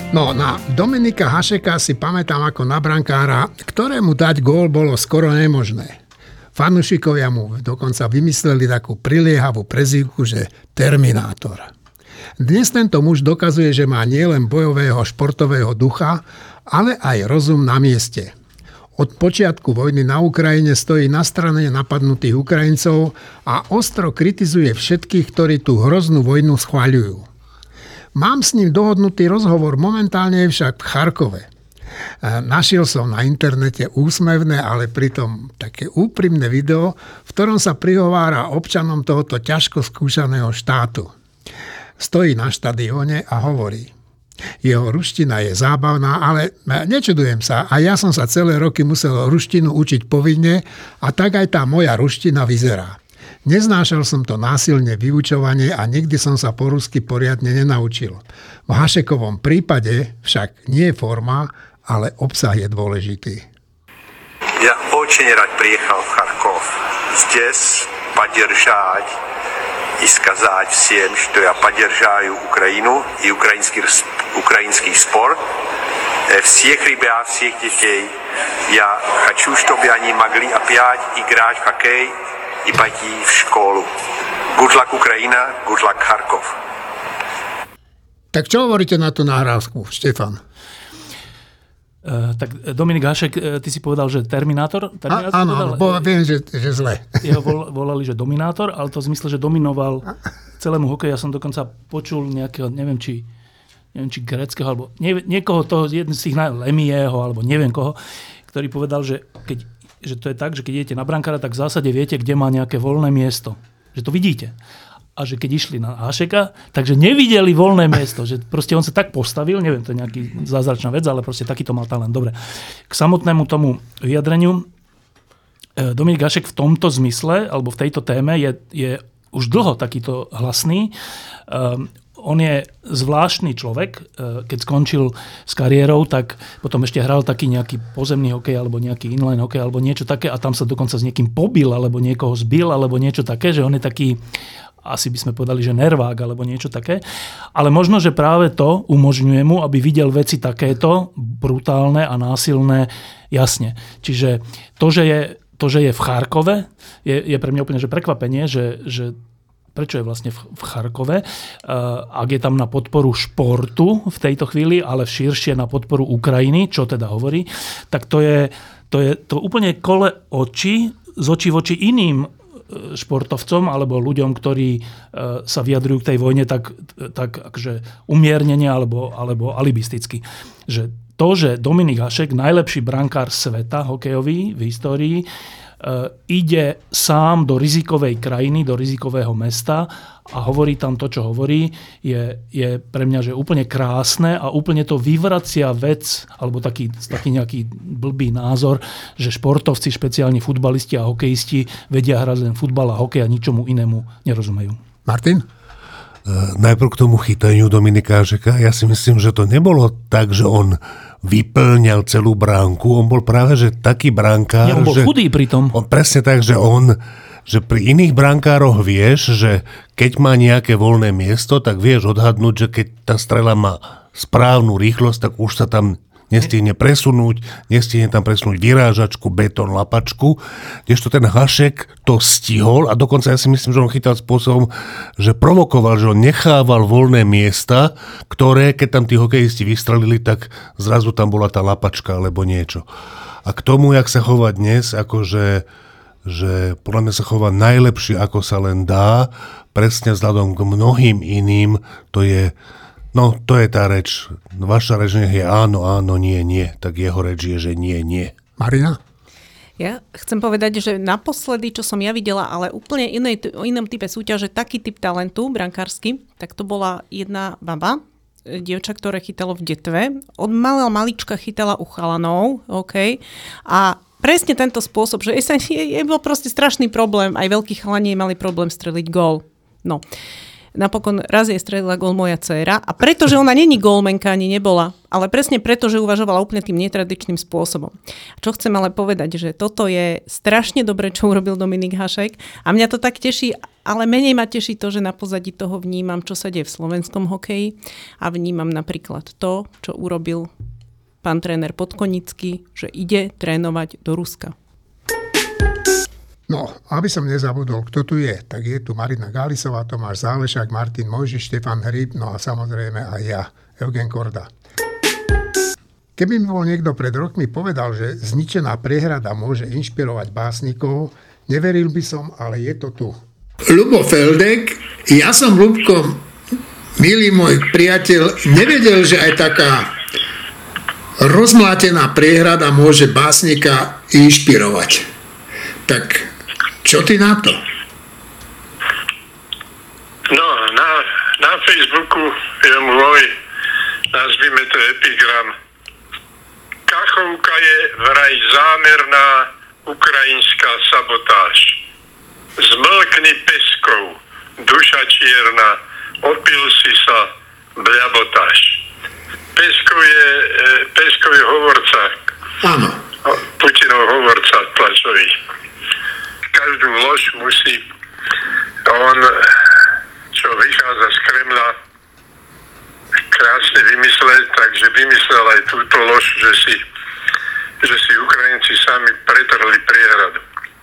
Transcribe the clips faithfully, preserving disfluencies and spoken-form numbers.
No, na Dominika Hašeka si pamätám ako na brankára, ktorému dať gól bolo skoro nemožné. Fanúšikovia mu dokonca vymysleli takú priliehavú prezývku, že Terminátor. Dnes tento muž dokazuje, že má nielen bojového športového ducha, ale aj rozum na mieste. Od počiatku vojny na Ukrajine stojí na strane napadnutých Ukrajincov a ostro kritizuje všetkých, ktorí tú hroznú vojnu schvaľujú. Mám s ním dohodnutý rozhovor, momentálne je však v Charkove. Našiel som na internete úsmevné, ale pritom také úprimné video, v ktorom sa prihovára občanom tohoto ťažko skúšaného štátu. Stojí na štadióne a hovorí. Jeho ruština je zábavná, ale nečudujem sa, a ja som sa celé roky musel ruštinu učiť povinne a tak aj tá moja ruština vyzerá. Neznášal som to násilne vyučovanie a nikdy som sa po rusky poriadne nenaučil. V Hašekovom prípade však nie je forma, ale obsah je dôležitý. Ja очень rád приехал в Харьков. Здесь поддержать и сказать всем, что я поддержаю Украину и украинский, украинский спорт. Всех ребят, всех детей. Я хочу, чтобы они могли опять играть в хоккей и пойти в школу. Good luck Ukrajina, good luck Charkov. Tak čo hovoríte na tú nahrávku, Štefan? Uh, tak Dominik Hašek, uh, ty si povedal, že Terminátor? Terminátor A, áno, povedal, bo, viem, že, že zle. Jeho vol, volali, že Dominátor, ale to v zmysle, že dominoval celému hokeju. Ja som dokonca počul nejakého, neviem, či neviem, či greckého, alebo nie, niekoho toho, jeden z tých Lemieho, alebo neviem koho, ktorý povedal, že keď že to je tak, že keď idete na brankára, tak v zásade viete, kde má nejaké voľné miesto. Že to vidíte. A že keď išli na Hašeka, takže nevideli voľné miesto. Že proste on sa tak postavil, neviem, to je nejaký zázračná vec, ale proste takýto mal talent. Dobre. K samotnému tomu vyjadreniu. Dominik Hašek v tomto zmysle, alebo v tejto téme je, je už dlho takýto hlasný. Um, On je zvláštny človek. Keď skončil s kariérou, tak potom ešte hral taký nejaký pozemný hokej alebo nejaký inline hokej alebo niečo také a tam sa dokonca s niekým pobil alebo niekoho zbil alebo niečo také, že on je taký, asi by sme povedali, že nervák alebo niečo také. Ale možno, že práve to umožňuje mu, aby videl veci takéto brutálne a násilné jasne. Čiže to, že je, to, že je v Charkove, je, je pre mňa úplne že prekvapenie, že, že prečo je vlastne v Charkove, ak je tam na podporu športu v tejto chvíli, ale širšie na podporu Ukrajiny, čo teda hovorí, tak to je to, je, to úplne kole oči z očí voči iným športovcom alebo ľuďom, ktorí sa vyjadrujú k tej vojne tak, tak akože umiernene alebo, alebo alibisticky. Že to, že Dominik Hašek, najlepší brankár sveta hokejový v histórii, ide sám do rizikovej krajiny, do rizikového mesta a hovorí tam to, čo hovorí, je, je pre mňa že úplne krásne a úplne to vyvracia vec, alebo taký, taký nejaký blbý názor, že športovci, špeciálne futbalisti a hokejisti vedia hrať len futbal a hokej a ničomu inému nerozumejú. Martin? Najprv k tomu chytaniu Dominika Hašeka. Ja si myslím, že to nebolo tak, že on vyplňal celú bránku. On bol práve že taký brankár, ja, on bol že chudý pritom. On presne tak, že on, že pri iných brankároch vieš, že keď má nejaké voľné miesto, tak vieš odhadnúť, že keď tá strela má správnu rýchlosť, tak už sa tam nestihne presunúť, nestihne tam presunúť vyrážačku, betón, lapačku. Kdežto ten Hašek to stihol a dokonca ja si myslím, že on chytal spôsobom, že provokoval, že on nechával voľné miesta, ktoré, keď tam tí hokejisti vystrelili, tak zrazu tam bola tá lapačka alebo niečo. A k tomu, jak sa chová dnes, akože že podľa mňa sa chová najlepšie, ako sa len dá, presne vzhľadom k mnohým iným, to je No, to je tá reč. Vaša reč je áno, áno, nie, nie. Tak jeho reč je, že nie, nie. Marina? Ja chcem povedať, že naposledy, čo som ja videla, ale úplne inej, o inom type súťaže, taký typ talentu brankársky, tak to bola jedna baba, dievča, ktoré chytalo v detve. Od malá malička chytala u chalanov, OK. A presne tento spôsob, že je, je bol proste strašný problém. Aj veľkí chalani mali problém streliť gól. No. napokon raz jej strelila gól moja dcéra a pretože ona není gólmenka, ani nebola, ale presne preto, že uvažovala úplne tým netradičným spôsobom. Čo chcem ale povedať, že toto je strašne dobre, čo urobil Dominik Hašek a mňa to tak teší, ale menej ma teší to, že na pozadí toho vnímam, čo sa deje v slovenskom hokeji a vnímam napríklad to, čo urobil pán tréner Podkonický, že ide trénovať do Ruska. No, aby som nezabudol, kto tu je, tak je tu Marina Gálisová, Tomáš Zálešák, Martin Mojžiš, Štefan Hríb, no a samozrejme aj ja, Eugen Korda. Keby mi bol niekto pred rokmi povedal, že zničená priehrada môže inšpirovať básnikov, neveril by som, ale je to tu. Ľubo Feldek, ja som, Ľubko, milý môj priateľ, nevedel, že aj taká rozmlátená priehrada môže básnika inšpirovať. Tak čo ty na to? No, na, na Facebooku je môj, nazvime to epigram. Kachovka je vraj zámerná ukrajinská sabotáž. Zmlkni peskou, duša čierna, opil si sa, bľabotáž. Peskov je, Peskov je hovorca. Áno. Putinov hovorca tlačový. Každú lož musí on, čo vychádza z Kremla, krásne vymysleť, takže vymyslel aj túto lož, že si, že si Ukrajinci sami pretrhli priehradu.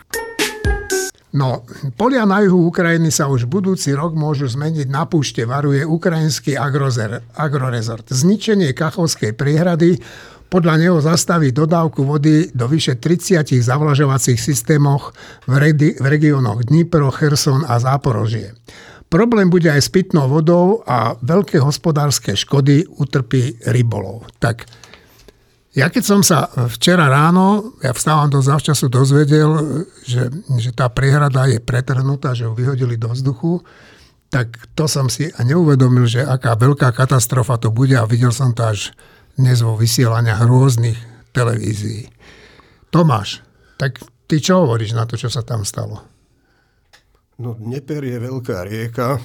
No, polia na juhu Ukrajiny sa už budúci rok môžu zmeniť na púšte, varuje ukrajinský agrozer, agrorezort. Zničenie Kachovskej priehrady podľa neho zastaví dodávku vody do vyše tridsať zavlažovacích systémoch v, redi, v regiónoch Dnipro, Cherson a Záporožie. Problém bude aj s pitnou vodou a veľké hospodárske škody utrpí rybolov. Tak ja keď som sa včera ráno, ja vstávam do zavčasu, dozvedel, že, že tá priehrada je pretrhnutá, že ju vyhodili do vzduchu, tak to som si neuvedomil, že aká veľká katastrofa to bude a videl som to až dnes vo vysielaniach rôznych televízií. Tomáš, tak ty čo hovoríš na to, čo sa tam stalo? No, Dnieper je veľká rieka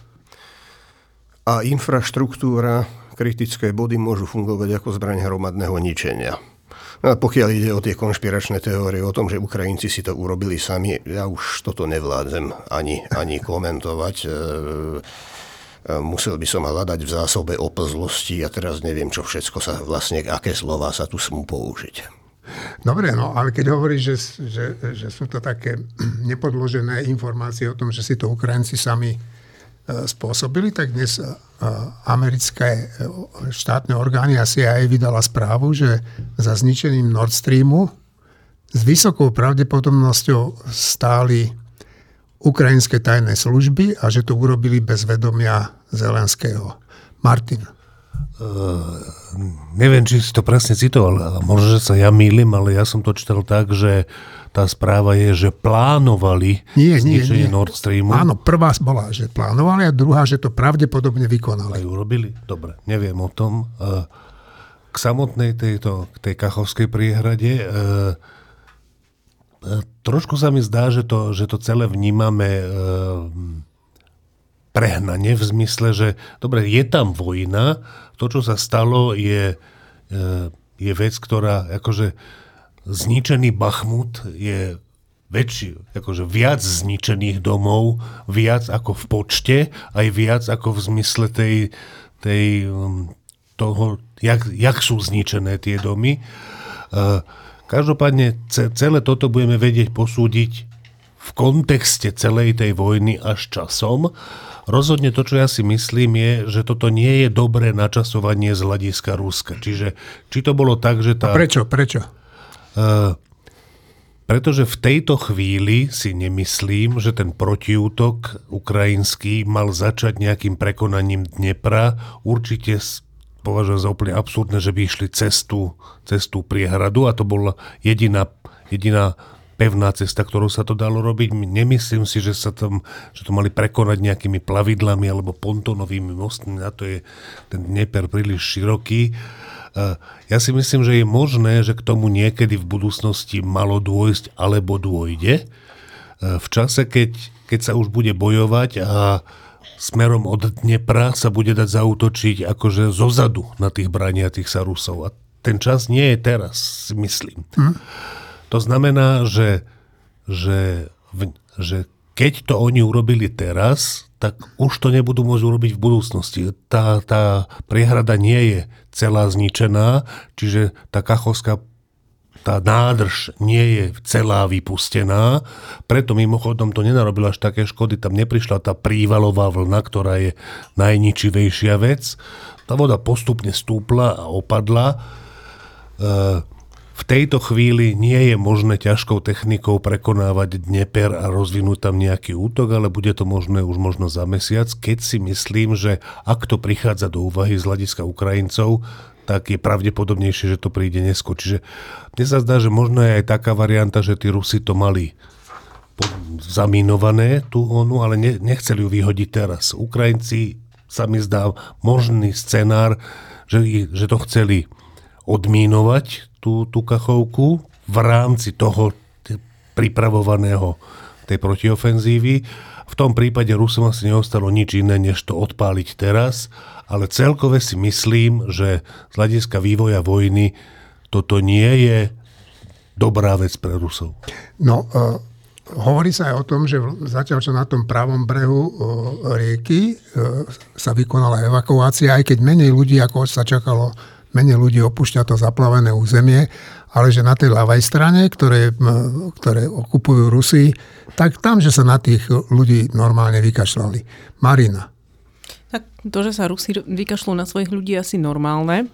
a infraštruktúra, kritické body môžu fungovať ako zbraň hromadného ničenia. No a pokiaľ ide o tie konšpiračné teórie o tom, že Ukrajinci si to urobili sami, ja už toto nevládzem ani, ani komentovať. E, musel by som hľadať v zásobe oplzlosti a teraz neviem, čo všetko sa vlastne, aké slova sa tu smú použiť. Dobre, no ale keď hovoríš, že, že, že sú to také nepodložené informácie o tom, že si to Ukrajinci sami spôsobili, tak dnes americké štátne orgány a C I A vydala správu, že za zničením Nord Streamu s vysokou pravdepodobnosťou stáli ukrajinské tajné služby a že to urobili bez vedomia Zelenského. Martin. Uh, neviem, či si to presne citoval, ale možno, že sa ja mýlim, ale ja som to čítal tak, že tá správa je, že plánovali nie, zničenie nie, nie. Nord Streamu. Áno, prvá bola, že plánovali a druhá, že to pravdepodobne vykonali. Aj urobili? Dobre, neviem o tom. Uh, k samotnej tejto, k tej Kachovskej priehrade uh, uh, trošku sa mi zdá, že to, že to celé vnímame uh, prehnane v zmysle, že dobre, je tam vojna, to, čo sa stalo, je, je vec, ktorá akože zničený Bachmut je väčší, akože viac zničených domov, viac ako v počte, aj viac ako v zmysle tej, tej toho, jak, jak sú zničené tie domy. Každopádne celé toto budeme vedieť posúdiť v kontexte celej tej vojny až časom. Rozhodne to, čo ja si myslím, je, že toto nie je dobré načasovanie z hľadiska Ruska. Čiže, či to bolo tak, že tá... A prečo? Prečo? Uh, pretože v tejto chvíli si nemyslím, že ten protiútok ukrajinský mal začať nejakým prekonaním Dnepra. Určite považujem za úplne absurdné, že by išli cestu, cestu priehradu a to bola jediná, jediná pevná cesta, ktorú sa to dalo robiť. Nemyslím si, že sa tam, že to mali prekonať nejakými plavidlami alebo pontónovými mostmi. Na to je ten Dnieper príliš široký. Ja si myslím, že je možné, že k tomu niekedy v budúcnosti malo dôjsť alebo dôjde. V čase, keď, keď sa už bude bojovať a smerom od Dnepra sa bude dať zaútočiť akože zozadu na tých braniacich sa Rusov. A ten čas nie je teraz, si myslím. Hm? To znamená, že, že, že keď to oni urobili teraz, tak už to nebudú môcť urobiť v budúcnosti. Tá, tá priehrada nie je celá zničená, čiže tá Kachovská tá nádrž nie je celá vypustená, preto mimochodom to nenarobilo až také škody, tam neprišla tá prívalová vlna, ktorá je najničivejšia vec. Tá voda postupne stúpla a opadla. V tejto chvíli nie je možné ťažkou technikou prekonávať Dnieper a rozvinúť tam nejaký útok, ale bude to možné už možno za mesiac, keď si myslím, že ak to prichádza do úvahy z hľadiska Ukrajincov, tak je pravdepodobnejšie, že to príde neskôr. Čiže mne sa zdá, že možno je aj taká varianta, že tí Rusi to mali zamínované, tú onu, ale ne, nechceli ju vyhodiť teraz. Ukrajinci sa mi zdá možný scenár, že, že to chceli odmínovať, tú, tú Kachovku, v rámci toho pripravovaného tej protiofenzívy. V tom prípade Rusom asi neostalo nič iné, než to odpáliť teraz, ale celkové si myslím, že z hľadiska vývoja vojny toto nie je dobrá vec pre Rusov. No, uh, hovorí sa aj o tom, že zatiaľ, čo na tom pravom brehu uh, rieky uh, sa vykonala evakuácia, aj keď menej ľudí, ako sa čakalo, menej ľudí opúšťa to zaplavené územie, ale že na tej ľavej strane, ktoré, uh, ktoré okupujú Rusi, tak tam, že sa na tých ľudí normálne vykašľali. Marina. Tak to, že sa Rusi vykašľú na svojich ľudí, je asi normálne.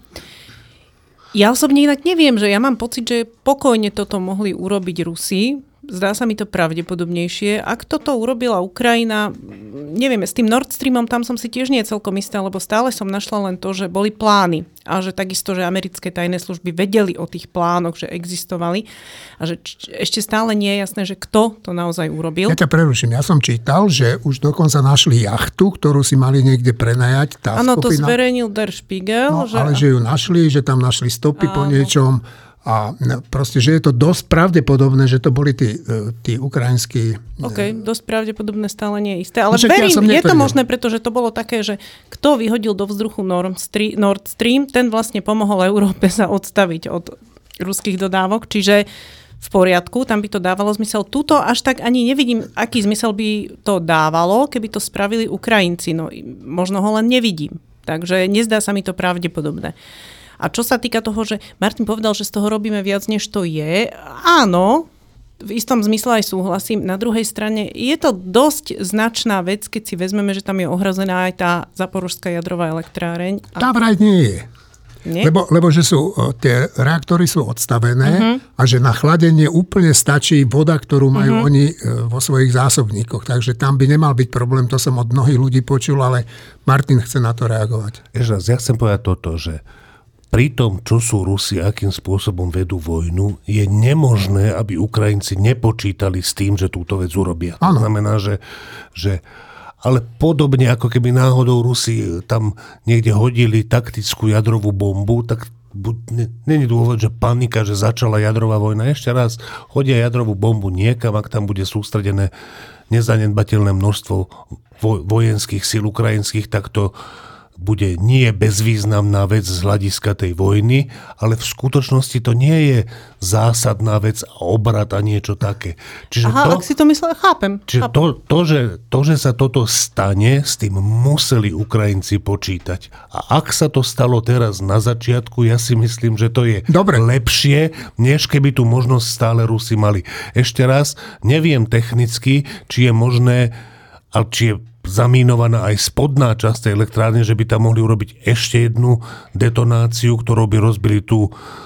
Ja osobne inak neviem, že ja mám pocit, že pokojne toto mohli urobiť Rusi. Zdá sa mi to pravdepodobnejšie. Ak toto urobila Ukrajina, neviem, s tým Nord Streamom tam som si tiež nie celkom istá, lebo stále som našla len to, že boli plány a že takisto, že americké tajné služby vedeli o tých plánoch, že existovali a že č- ešte stále nie je jasné, že kto to naozaj urobil. Ja ťa preruším. Ja som čítal, že už dokonca našli jachtu, ktorú si mali niekde prenajať. Áno, to zverejnil Der Spiegel. No, že... ale že ju našli, že tam našli stopy Áno. po niečom. A proste, že je to dosť pravdepodobné, že to boli tí, tí ukrajinskí... OK, dosť pravdepodobné stále nie je isté. Ale no, verím, ja je to možné, pretože to bolo také, že kto vyhodil do vzduchu Nord Stream, ten vlastne pomohol Európe sa odstaviť od ruských dodávok, čiže v poriadku, tam by to dávalo zmysel. Tuto až tak ani nevidím, aký zmysel by to dávalo, keby to spravili Ukrajinci. No, možno ho len nevidím. Takže nezdá sa mi to pravdepodobné. A čo sa týka toho, že Martin povedal, že z toho robíme viac, než to je, áno, v istom zmysle aj súhlasím. Na druhej strane je to dosť značná vec, keď si vezmeme, že tam je ohrozená aj tá Zaporožská jadrová elektráreň. A... Tá vraj nie je. Nie? Lebo, lebo že sú, tie reaktory sú odstavené uh-huh. a že na chladenie úplne stačí voda, ktorú majú uh-huh. oni vo svojich zásobníkoch. Takže tam by nemal byť problém, to som od mnohých ľudí počul, ale Martin chce na to reagovať. Ešte raz, ja chcem povedať toto, že pri tom, čo sú Rusi, akým spôsobom vedú vojnu, je nemožné, aby Ukrajinci nepočítali s tým, že túto vec urobia. To znamená, že, že ale podobne ako keby náhodou Rusi tam niekde hodili taktickú jadrovú bombu, tak není dôvod, že panika, že začala jadrová vojna. Ešte raz, hodia jadrovú bombu niekam, ak tam bude sústredené nezanedbateľné množstvo vojenských síl ukrajinských, tak to bude nie bezvýznamná vec z hľadiska tej vojny, ale v skutočnosti to nie je zásadná vec a obrat a niečo také. Čiže Aha, to, ak si to myslel, chápem. Čiže chápem. To, to, že, to, že sa toto stane, s tým museli Ukrajinci počítať. A ak sa to stalo teraz na začiatku, ja si myslím, že to je Dobre. lepšie, než keby tú možnosť stále Rusi mali. Ešte raz, neviem technicky, či je možné, ale či je zamínovaná aj spodná časť tej elektrárne, že by tam mohli urobiť ešte jednu detonáciu, ktorou by rozbili tú,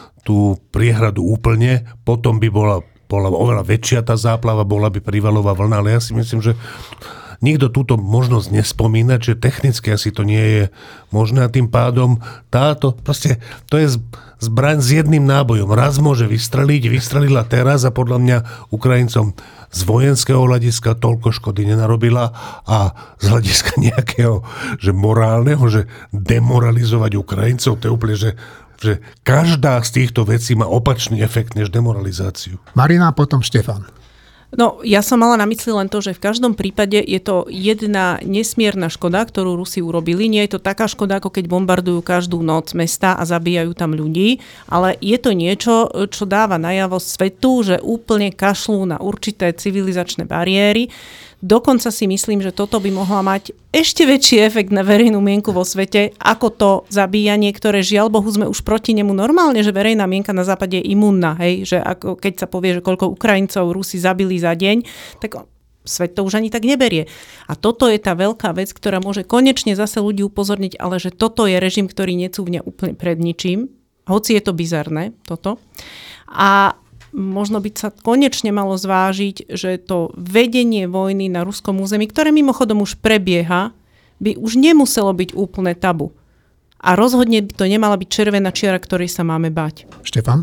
tú priehradu úplne, potom by bola, bola oveľa väčšia tá záplava, bola by prívalová vlna, ale ja si myslím, že nikto túto možnosť nespomína, že technicky asi to nie je možné a tým pádom táto, proste to je zbraň s jedným nábojom. Raz môže vystreliť, vystrelila teraz a podľa mňa Ukrajincom z vojenského hľadiska toľko škody nenarobila a z hľadiska nejakého, že morálneho, že demoralizovať Ukrajincov, to je úplne, že, že každá z týchto vecí má opačný efekt než demoralizáciu. Marina, potom Štefan. No, ja som mala na mysli len to, že v každom prípade je to jedna nesmierna škoda, ktorú Rusi urobili. Nie je to taká škoda, ako keď bombardujú každú noc mesta a zabíjajú tam ľudí, ale je to niečo, čo dáva najavo svetu, že úplne kašľú na určité civilizačné bariéry. Dokonca si myslím, že toto by mohla mať ešte väčší efekt na verejnú mienku vo svete, ako to zabíjanie, ktoré žiaľ Bohu sme už proti nemu normálne, že verejná mienka na západe je imunná, hej, že ako, keď sa povie, že koľko Ukrajincov Rusi zabili za deň, tak svet to už ani tak neberie. A toto je tá veľká vec, ktorá môže konečne zase ľudí upozorniť, ale že toto je režim, ktorý necúvňa úplne pred ničím, hoci je to bizarné, toto. A možno by sa konečne malo zvážiť, že to vedenie vojny na ruskom území, ktoré mimochodom už prebieha, by už nemuselo byť úplne tabu. A rozhodne by to nemala byť červená čiara, ktorej sa máme bať. Štefan?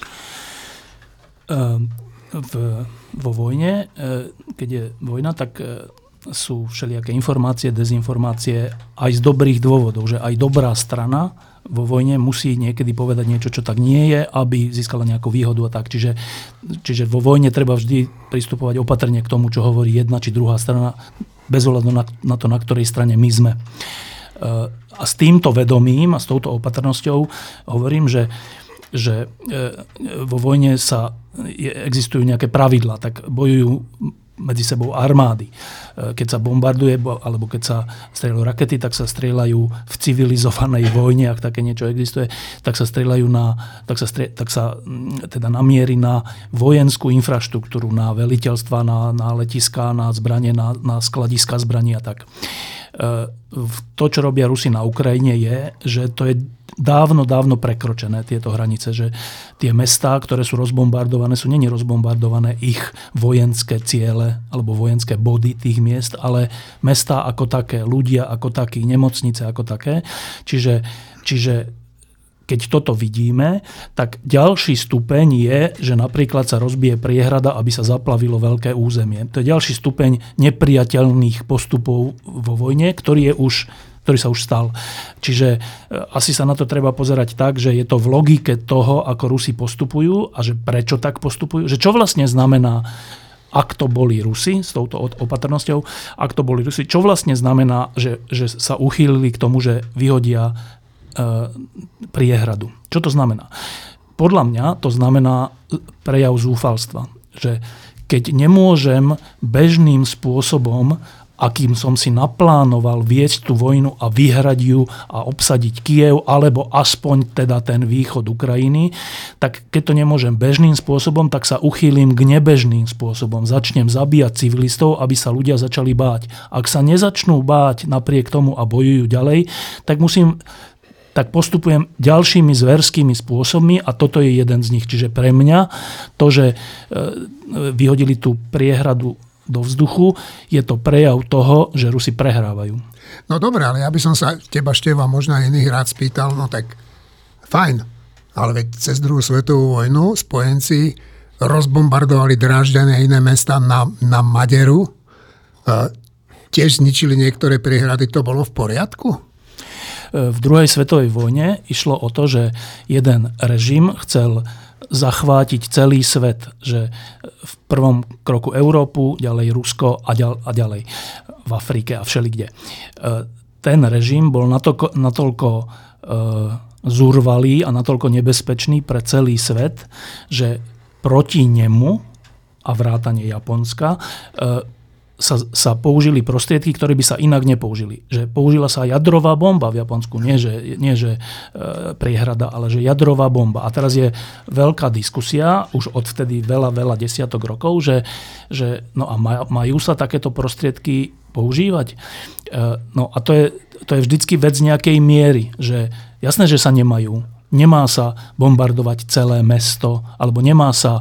V, vo vojne, keď je vojna, tak sú všelijaké informácie, dezinformácie aj z dobrých dôvodov, že aj dobrá strana vo vojne musí niekedy povedať niečo, čo tak nie je, aby získala nejakú výhodu a tak. Čiže, čiže vo vojne treba vždy pristupovať opatrne k tomu, čo hovorí jedna či druhá strana, bez ohľadu na, na to, na ktorej strane my sme. A s týmto vedomím a s touto opatrnosťou hovorím, že, že vo vojne sa existujú nejaké pravidlá, tak bojujú medzi sebou armády. Keď sa bombarduje, alebo keď sa strieľajú rakety, tak sa strieľajú v civilizovanej vojne, ak také niečo existuje, tak sa strieľajú na, tak sa, strie, tak sa teda namierí na vojenskú infraštruktúru, na veliteľstva, na, na letiská, na zbranie, na, na skladiska zbraní a tak. To, čo robia Rusi na Ukrajine, je, že to je dávno, dávno prekročené, tieto hranice, že tie mestá, ktoré sú rozbombardované, sú není rozbombardované ich vojenské ciele alebo vojenské body tých miest, ale mestá ako také, ľudia ako takí, nemocnice ako také. Čiže, čiže keď toto vidíme, tak ďalší stupeň je, že napríklad sa rozbije priehrada, aby sa zaplavilo veľké územie. To je ďalší stupeň nepriateľných postupov vo vojne, ktorý je už ktorý sa už stal. Čiže asi sa na to treba pozerať tak, že je to v logike toho, ako Rusi postupujú a že prečo tak postupujú. Že čo vlastne znamená, ak to boli Rusi s touto opatrnosťou, ak to boli Rusi, čo vlastne znamená, že, že sa uchýlili k tomu, že vyhodia e, priehradu. Čo to znamená? Podľa mňa to znamená prejav zúfalstva. Že keď nemôžem bežným spôsobom, akým som si naplánoval viesť tú vojnu a vyhrať ju a obsadiť Kyjev, alebo aspoň teda ten východ Ukrajiny, tak keď to nemôžem bežným spôsobom, tak sa uchýlim k nebežným spôsobom. Začnem zabíjať civilistov, aby sa ľudia začali báť. Ak sa nezačnú báť napriek tomu a bojujú ďalej, tak musím tak postupujem ďalšími zverskými spôsobmi a toto je jeden z nich. Čiže pre mňa to, že vyhodili tú priehradu do vzduchu, je to prejav toho, že Rusi prehrávajú. No dobré, ale ja by som sa teba, Števa, možno aj iných rád spýtal, no tak fajn, ale veď cez druhú svetovú vojnu spojenci rozbombardovali Drážďany a iné mesta na, na Maderu, a tiež zničili niektoré priehrady, to bolo v poriadku? V druhej svetovej vojne išlo o to, že jeden režim chcel zachvátiť celý svet, že v prvom kroku Európu, ďalej Rusko a, ďal, a ďalej v Afrike a všelikde. Ten režim bol natoľko, natoľko e, zúrvalý a natoľko nebezpečný pre celý svet, že proti nemu a vrátane Japonska e, Sa, sa použili prostriedky, ktoré by sa inak nepoužili. Že použila sa jadrová bomba v Japonsku. Nie, že, nie, že e, priehrada, ale že jadrová bomba. A teraz je veľká diskusia, už odvtedy veľa, veľa desiatok rokov, že, že no a maj, majú sa takéto prostriedky používať. E, no a to je, to je vždycky vec nejakej miery. Že jasné, že sa nemajú. Nemá sa bombardovať celé mesto, alebo nemá sa e,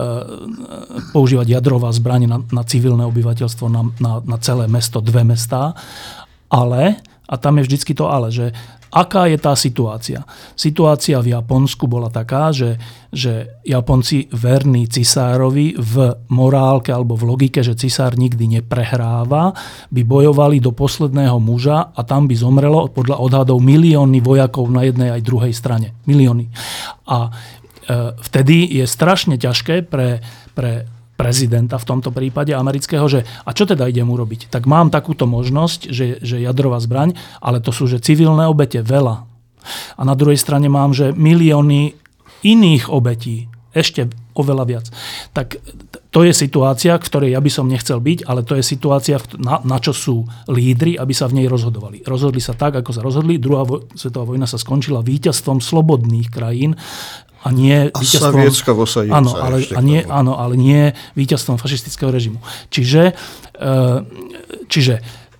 používať jadrová zbraň na, na civilné obyvateľstvo, na, na, na celé mesto, dve mestá. Ale, a tam je vždycky to ale, že aká je tá situácia? Situácia v Japonsku bola taká, že, že Japonci verní cisárovi v morálke alebo v logike, že cisár nikdy neprehráva, by bojovali do posledného muža a tam by zomrelo podľa odhadov milióny vojakov na jednej aj druhej strane. Milióny. A e, vtedy je strašne ťažké pre, pre prezidenta v tomto prípade amerického, že a čo teda idem urobiť? Tak mám takúto možnosť, že, že jadrová zbraň, ale to sú že civilné obete, veľa. A na druhej strane mám, že milióny iných obetí, ešte oveľa viac. Tak to je situácia, v ktorej ja by som nechcel byť, ale to je situácia, na, na čo sú lídri, aby sa v nej rozhodovali. Rozhodli sa tak, ako sa rozhodli. Druhá vo, svetová vojna sa skončila víťazstvom slobodných krajín a nie a víťazstvom... Sovietská áno, ale, a nie, áno, ale nie víťazstvom fašistického režimu. Čiže, čiže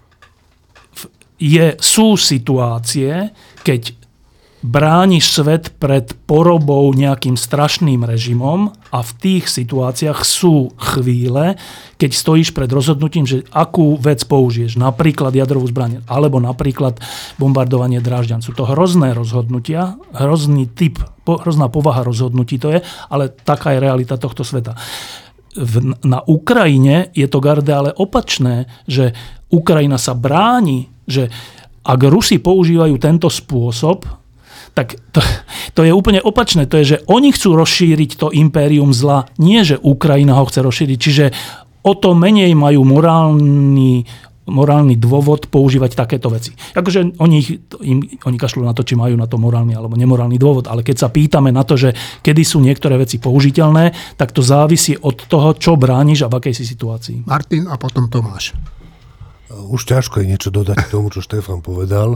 je, sú situácie, keď brániš svet pred porobou nejakým strašným režimom a v tých situáciách sú chvíle, keď stojíš pred rozhodnutím, že akú vec použiješ, napríklad jadrovú zbraň, alebo napríklad bombardovanie Drážďan. Sú to hrozné rozhodnutia, hrozný typ, hrozná povaha rozhodnutí to je, ale taká je realita tohto sveta. V, na Ukrajine je to garde ale opačné, že Ukrajina sa bráni, že ak Rusi používajú tento spôsob, tak to, to je úplne opačné. To je, že oni chcú rozšíriť to impérium zla, nie že Ukrajina ho chce rozšíriť. Čiže o to menej majú morálny, morálny dôvod používať takéto veci. Akože oni, im, oni kašľú na to, či majú na to morálny alebo nemorálny dôvod, ale keď sa pýtame na to, že kedy sú niektoré veci použiteľné, tak to závisí od toho, čo brániš a v akej si situácii. Martin a potom Tomáš. Už ťažko je niečo dodať k tomu, čo Štefan povedal.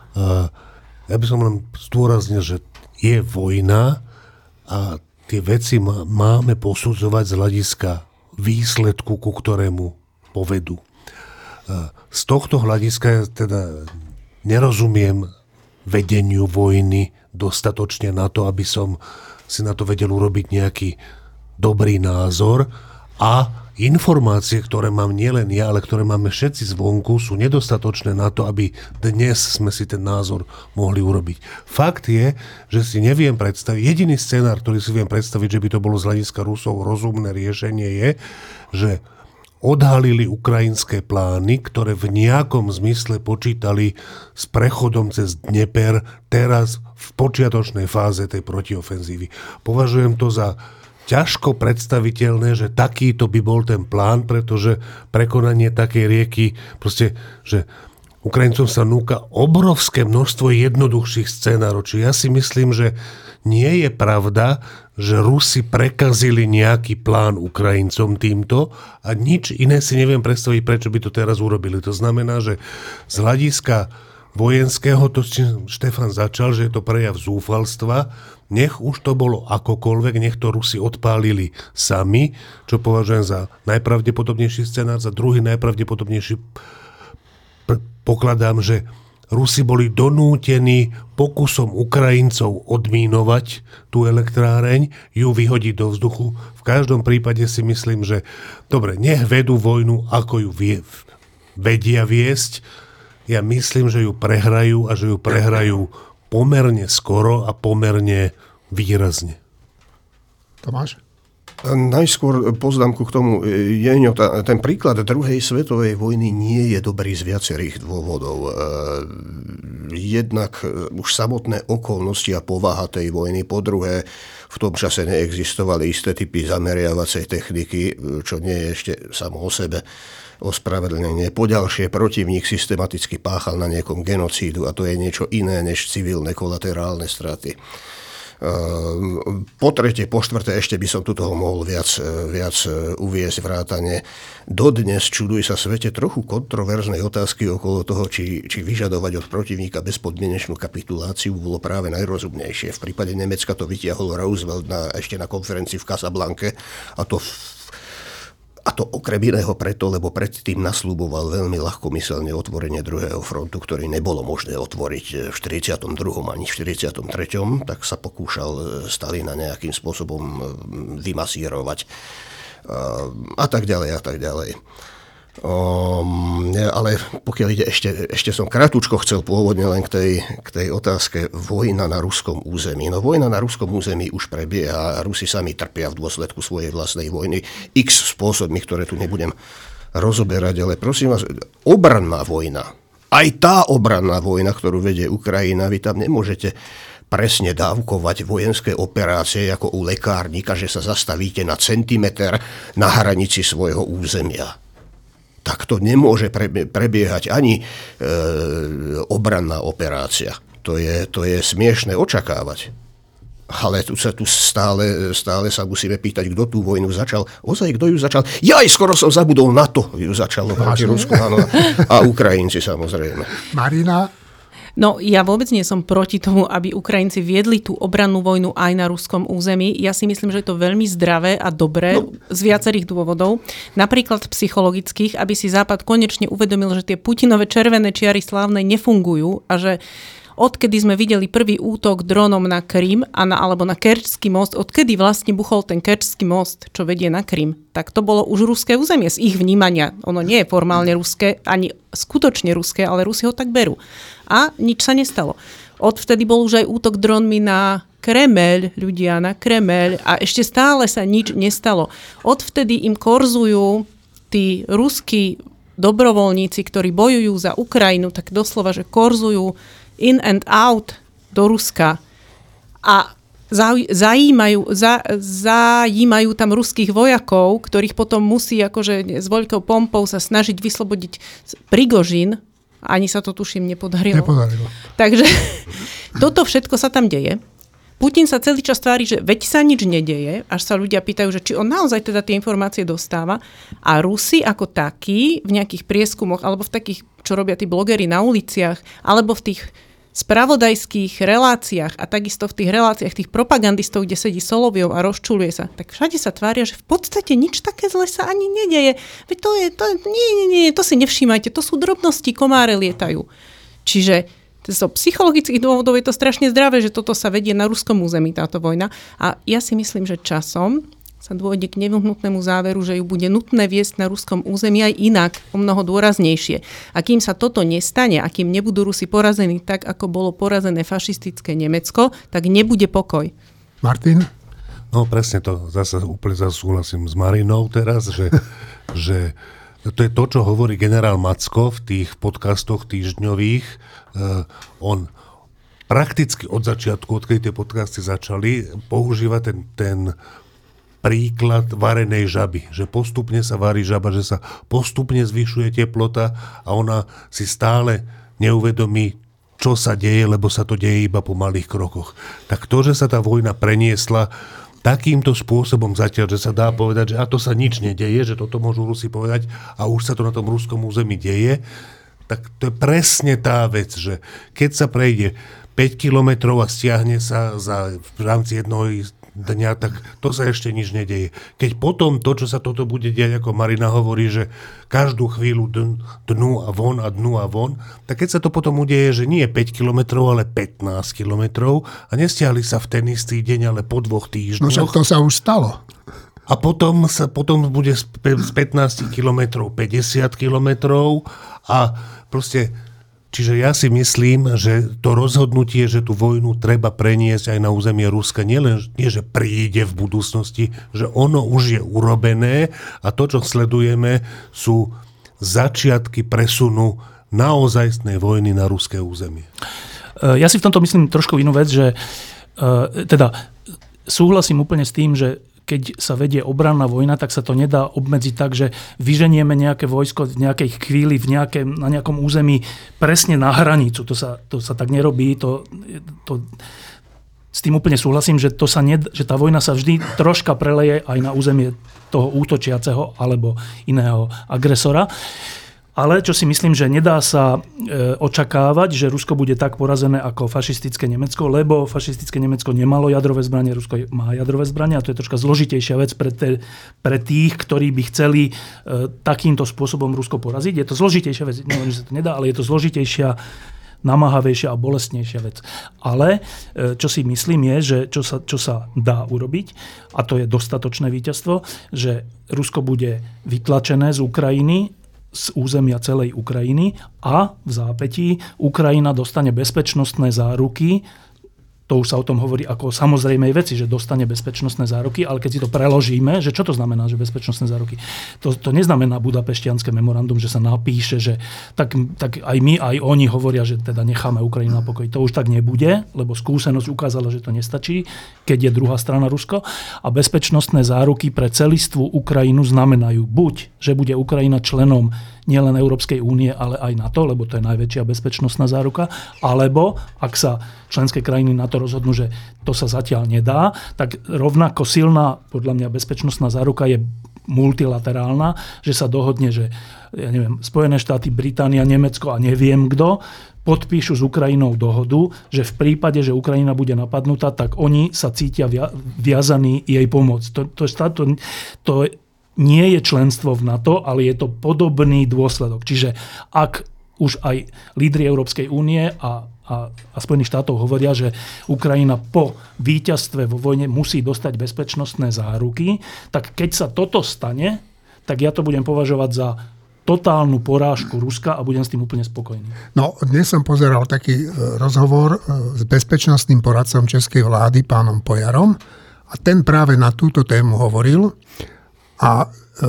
Ja by som len zdôraznil, že je vojna a tie veci máme posudzovať z hľadiska výsledku, ku ktorému povedú. Z tohto hľadiska ja teda nerozumiem vedeniu vojny dostatočne na to, aby som si na to vedel urobiť nejaký dobrý názor a informácie, ktoré mám nielen ja, ale ktoré máme všetci zvonku, sú nedostatočné na to, aby dnes sme si ten názor mohli urobiť. Fakt je, že si neviem predstaviť, jediný scenár, ktorý si viem predstaviť, že by to bolo z hľadiska Rusov rozumné riešenie je, že odhalili ukrajinské plány, ktoré v nejakom zmysle počítali s prechodom cez Dnieper teraz v počiatočnej fáze tej protiofenzívy. Považujem to za ťažko predstaviteľné, že takýto by bol ten plán, pretože prekonanie takej rieky, proste, že Ukrajincom sa núka obrovské množstvo jednoduchších scénárov. Čiže ja si myslím, že nie je pravda, že Rusi prekazili nejaký plán Ukrajincom týmto a nič iné si neviem predstaviť, prečo by to teraz urobili. To znamená, že z hľadiska vojenského, to Štefan začal, že je to prejav zúfalstva, nech už to bolo akokoľvek, nech to Rusi odpálili sami, čo považujem za najpravdepodobnejší scenár, za druhý najpravdepodobnejší p- pokladám, že Rusi boli donútení pokusom Ukrajincov odmínovať tú elektráreň, ju vyhodiť do vzduchu. V každom prípade si myslím, že dobre, nech vedú vojnu, ako ju vie, vedia viesť. Ja myslím, že ju prehrajú a že ju prehrajú pomerne skoro a pomerne výrazne. Tomáš? Najskôr poznámku k tomu. Jeňo, ten príklad druhej svetovej vojny nie je dobrý z viacerých dôvodov. Jednak už samotné okolnosti a povaha tej vojny. Po druhé, v tom čase neexistovali isté typy zameriavacej techniky, čo nie je ešte samo o sebe ospravedlnenie. Poďalšie, protivník systematicky páchal na niekom genocídu a to je niečo iné než civilné kolaterálne straty. Po tretie, po štvrté, ešte by som tu toho mohol viac, viac uviesť vrátane. Dodnes, čuduj sa svete, trochu kontroverznej otázky okolo toho, či, či vyžadovať od protivníka bezpodmienečnú kapituláciu bolo práve najrozumnejšie. V prípade Nemecka to vytiahol Roosevelt na, ešte na konferencii v Casablanke a to A to okrem iného preto, lebo predtým nasľuboval veľmi ľahkomyselne otvorenie druhého frontu, ktorý nebolo možné otvoriť v štyridsiatom druhom ani v štyridsiatom treťom Tak sa pokúšal Stalina nejakým spôsobom vymasírovať a tak ďalej a tak ďalej. Um, ale pokiaľ ide, ešte, ešte som krátko chcel pôvodne len k tej, k tej otázke vojna na ruskom území. No vojna na ruskom území už prebieha a Rusi sami trpia v dôsledku svojej vlastnej vojny x spôsobmi, ktoré tu nebudem rozoberať, ale prosím vás, obranná vojna, aj tá obranná vojna, ktorú vedie Ukrajina, vy tam nemôžete presne dávkovať vojenské operácie ako u lekárnika, že sa zastavíte na centimeter na hranici svojho územia. Tak to nemôže prebiehať ani e, obranná operácia. To je, to je smiešné očakávať. Ale tu sa tu stále, stále sa musíme pýtať, kto tú vojnu začal. Ozaj, kto ju začal? Jaj, skoro som zabudol, NATO ju začalo proti Rusku, áno. A Ukrajinci samozrejme. Marina? No, ja vôbec nie som proti tomu, aby Ukrajinci viedli tú obrannú vojnu aj na ruskom území. Ja si myslím, že je to veľmi zdravé a dobré no. z viacerých dôvodov. Napríklad psychologických, aby si Západ konečne uvedomil, že tie Putinové červené čiary slávne nefungujú a že odkedy sme videli prvý útok dronom na Krym a na, alebo na Kerčský most, odkedy vlastne buchol ten Kerčský most, čo vedie na Krym, tak to bolo už ruské územie z ich vnímania. Ono nie je formálne ruské, ani skutočne ruské, ale Rusi ho tak berú. A nič sa nestalo. Odvtedy bol už aj útok dronmi na Kremeľ, ľudia, na Kremeľ a ešte stále sa nič nestalo. Odvtedy im korzujú tí ruskí dobrovoľníci, ktorí bojujú za Ukrajinu, tak doslova, že korzujú in and out do Ruska a zajímajú, za, zajímajú tam ruských vojakov, ktorých potom musí akože s veľkou pompou sa snažiť vyslobodiť Prigožin. Ani sa to tuším nepodarilo. Nepodarilo. Takže toto všetko sa tam deje. Putin sa celý čas tvári, že veď sa nič nedeje, až sa ľudia pýtajú, že či on naozaj teda tie informácie dostáva. A Rusi ako takí v nejakých prieskumoch, alebo v takých, čo robia tí blogeri na uliciach, alebo v tých spravodajských reláciách a takisto v tých reláciách tých propagandistov, kde sedí Soloviov a rozčuluje sa, tak všade sa tvária, že v podstate nič také zle sa ani nedeje. Veď to je, to, nie, nie, nie, to si nevšímajte, to sú drobnosti, komáre lietajú. Čiže z psychologických dôvodov je to strašne zdravé, že toto sa vedie na ruskom území, táto vojna. A ja si myslím, že časom sa dôjde k nevyhnutnému záveru, že ju bude nutné viesť na ruskom území aj inak, o mnoho dôraznejšie. A kým sa toto nestane, a kým nebudú Rusi porazení tak, ako bolo porazené fašistické Nemecko, tak nebude pokoj. Martin? No presne to, zase úplne zasúhlasím s Marinou teraz, že, že to je to, čo hovorí generál Macko v tých podcastoch týždňových. Uh, on prakticky od začiatku, odkedy tie podcasty začali, používa ten, ten príklad varenej žaby, že postupne sa varí žaba, že sa postupne zvyšuje teplota a ona si stále neuvedomí, čo sa deje, lebo sa to deje iba po malých krokoch. Tak to, že sa tá vojna preniesla takýmto spôsobom zatiaľ, že sa dá povedať, že a to sa nič nedeje, že toto môžu Rusi povedať a už sa to na tom ruskom území deje, tak to je presne tá vec, že keď sa prejde päť kilometrov a stiahne sa za, v rámci jednoho dňa, tak to sa ešte nič nedeje. Keď potom to, čo sa toto bude diať, ako Marina hovorí, že každú chvíľu dnu a von a dnu a von, tak keď sa to potom udeje, že nie päť kilometrov, ale pätnásť kilometrov a nestiahli sa v ten istý deň, ale po dvoch týždňoch. No však to sa už stalo. A potom, sa, potom bude z pätnásť kilometrov päťdesiat kilometrov a proste. Čiže ja si myslím, že to rozhodnutie, že tú vojnu treba preniesť aj na územie Ruska, nielen, nie že príde v budúcnosti, že ono už je urobené a to, čo sledujeme, sú začiatky presunu naozajstnej vojny na ruské územie. Ja si v tomto myslím trošku inú vec, že teda súhlasím úplne s tým, že keď sa vedie obranná vojna, tak sa to nedá obmedziť tak, že vyženieme nejaké vojsko v nejakej chvíli v nejaké, na nejakom území presne na hranicu. To sa, to sa tak nerobí. To, to, s tým úplne súhlasím, že, to sa ned, že tá vojna sa vždy troška preleje aj na územie toho útočiaceho alebo iného agresora. Ale čo si myslím, že nedá sa e, očakávať, že Rusko bude tak porazené ako fašistické Nemecko, lebo fašistické Nemecko nemalo jadrové zbranie, Rusko má jadrové zbranie a to je troška zložitejšia vec pre, te, pre tých, ktorí by chceli e, takýmto spôsobom Rusko poraziť. Je to zložitejšia vec, neviem, že sa to nedá, ale je to zložitejšia, namáhavejšia a bolestnejšia vec. Ale e, čo si myslím je, že čo sa, čo sa dá urobiť, a to je dostatočné víťazstvo, že Rusko bude vytlačené z Ukrajiny, z územia celej Ukrajiny a v zápätí Ukrajina dostane bezpečnostné záruky to už sa o tom hovorí ako o samozrejmej veci, že dostane bezpečnostné záruky, ale keď si to preložíme, že čo to znamená, že bezpečnostné záruky? To, to neznamená Budapešťanské memorandum, že sa napíše, že tak, tak aj my, aj oni hovoria, že teda necháme Ukrajinu na pokoji. To už tak nebude, lebo skúsenosť ukázala, že to nestačí, keď je druhá strana Rusko. A bezpečnostné záruky pre celistvú Ukrajinu znamenajú buď, že bude Ukrajina členom nielen Európskej únie, ale aj NATO, lebo to je najväčšia bezpečnostná záruka, alebo ak sa členské krajiny na to rozhodnú, že to sa zatiaľ nedá, tak rovnako silná, podľa mňa, bezpečnostná záruka je multilaterálna, že sa dohodne, že ja neviem, Spojené štáty, Británia, Nemecko a neviem kto podpíšu s Ukrajinou dohodu, že v prípade, že Ukrajina bude napadnutá, tak oni sa cítia via, viazaní jej pomôcť. To, to, to, to nie je členstvo v NATO, ale je to podobný dôsledok. Čiže ak už aj lídri Európskej únie a, a, a Spojených štátov hovoria, že Ukrajina po víťazstve vo vojne musí dostať bezpečnostné záruky, tak keď sa toto stane, tak ja to budem považovať za totálnu porážku Ruska a budem s tým úplne spokojný. No, dnes som pozeral taký rozhovor s bezpečnostným poradcom českej vlády, pánom Pojarom, a ten práve na túto tému hovoril. A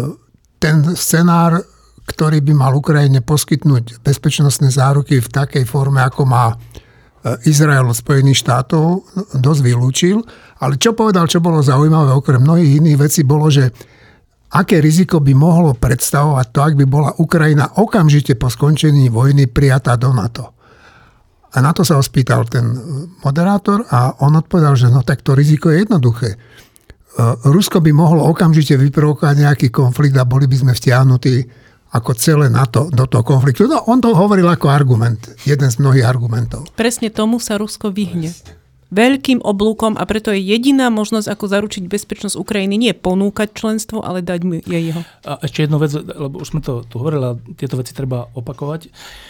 ten scenár, ktorý by mal Ukrajine poskytnúť bezpečnostné záruky v takej forme, ako má Izrael od Spojených štátov, dosť vylúčil. Ale čo povedal, čo bolo zaujímavé, okrem mnohých iných vecí, bolo, že aké riziko by mohlo predstavovať to, ak by bola Ukrajina okamžite po skončení vojny prijatá do NATO. A na to sa ho spýtal ten moderátor a on odpovedal, že no tak to riziko je jednoduché. Rusko by mohlo okamžite vyprovokovať nejaký konflikt a boli by sme vtiahnutí ako celé NATO do toho konfliktu. No, on to hovoril ako argument, jeden z mnohých argumentov. Presne tomu sa Rusko vyhne. Veľkým oblúkom a preto je jediná možnosť, ako zaručiť bezpečnosť Ukrajiny, nie ponúkať členstvo, ale dať mu jej jeho. A ešte jednu vec, lebo už sme to tu hovorili, tieto veci treba opakovať.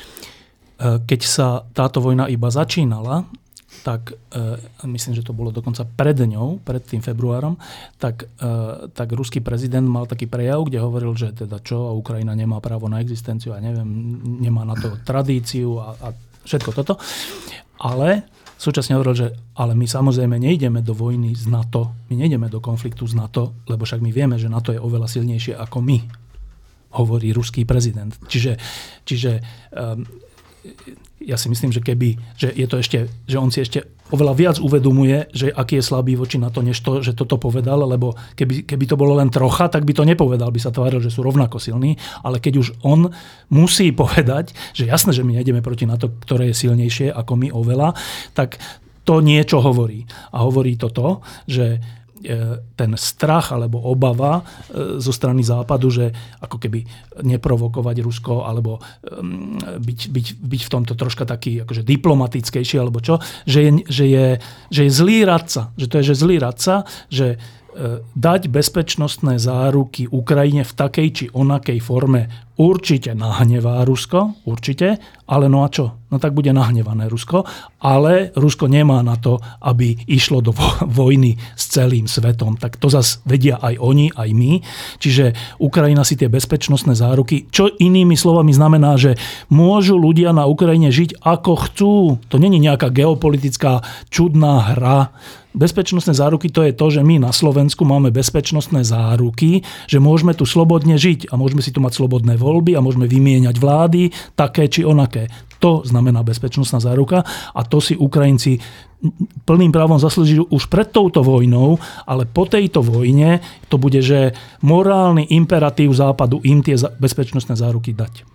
Keď sa táto vojna iba začínala, tak e, myslím, že to bolo dokonca pred ňou, pred tým februárom, tak, e, tak ruský prezident mal taký prejav, kde hovoril, že teda čo, Ukrajina nemá právo na existenciu a neviem, nemá na to tradíciu a, a všetko toto. Ale súčasne hovoril, že ale my samozrejme nejdeme do vojny z NATO, my nejdeme do konfliktu z NATO, lebo však my vieme, že NATO je oveľa silnejšie ako my, hovorí ruský prezident. Čiže, čiže um, ja si myslím, že keby, že je to ešte, že on si ešte oveľa viac uvedomuje, že aký je slabý voči NATO, než to, že toto povedal, lebo keby, keby to bolo len trocha, tak by to nepovedal, by sa tváril, že sú rovnako silní, ale keď už on musí povedať, že jasné, že my nejdeme proti NATO, ktoré je silnejšie ako my oveľa, tak to niečo hovorí. A hovorí to to, že ten strach alebo obava zo strany Západu, že ako keby neprovokovať Rusko alebo byť, byť, byť v tomto troška taký akože diplomatickejší alebo čo, že je, že je, že je zlý radca. Že to je, že zlý radca, že dať bezpečnostné záruky Ukrajine v takej či onakej forme určite nahnevá Rusko, určite, ale no a čo? No tak bude nahnevané Rusko, ale Rusko nemá na to, aby išlo do vojny s celým svetom. Tak to zase vedia aj oni, aj my. Čiže Ukrajina si tie bezpečnostné záruky, čo inými slovami znamená, že môžu ľudia na Ukrajine žiť ako chcú. To nie je nejaká geopolitická čudná hra. Bezpečnostné záruky to je to, že my na Slovensku máme bezpečnostné záruky, že môžeme tu slobodne žiť a môžeme si tu mať slobodné voľby a môžeme vymieňať vlády, také či onaké. To znamená bezpečnostná záruka a to si Ukrajinci plným právom zaslúžili už pred touto vojnou, ale po tejto vojne to bude, že morálny imperatív Západu im tie bezpečnostné záruky dať.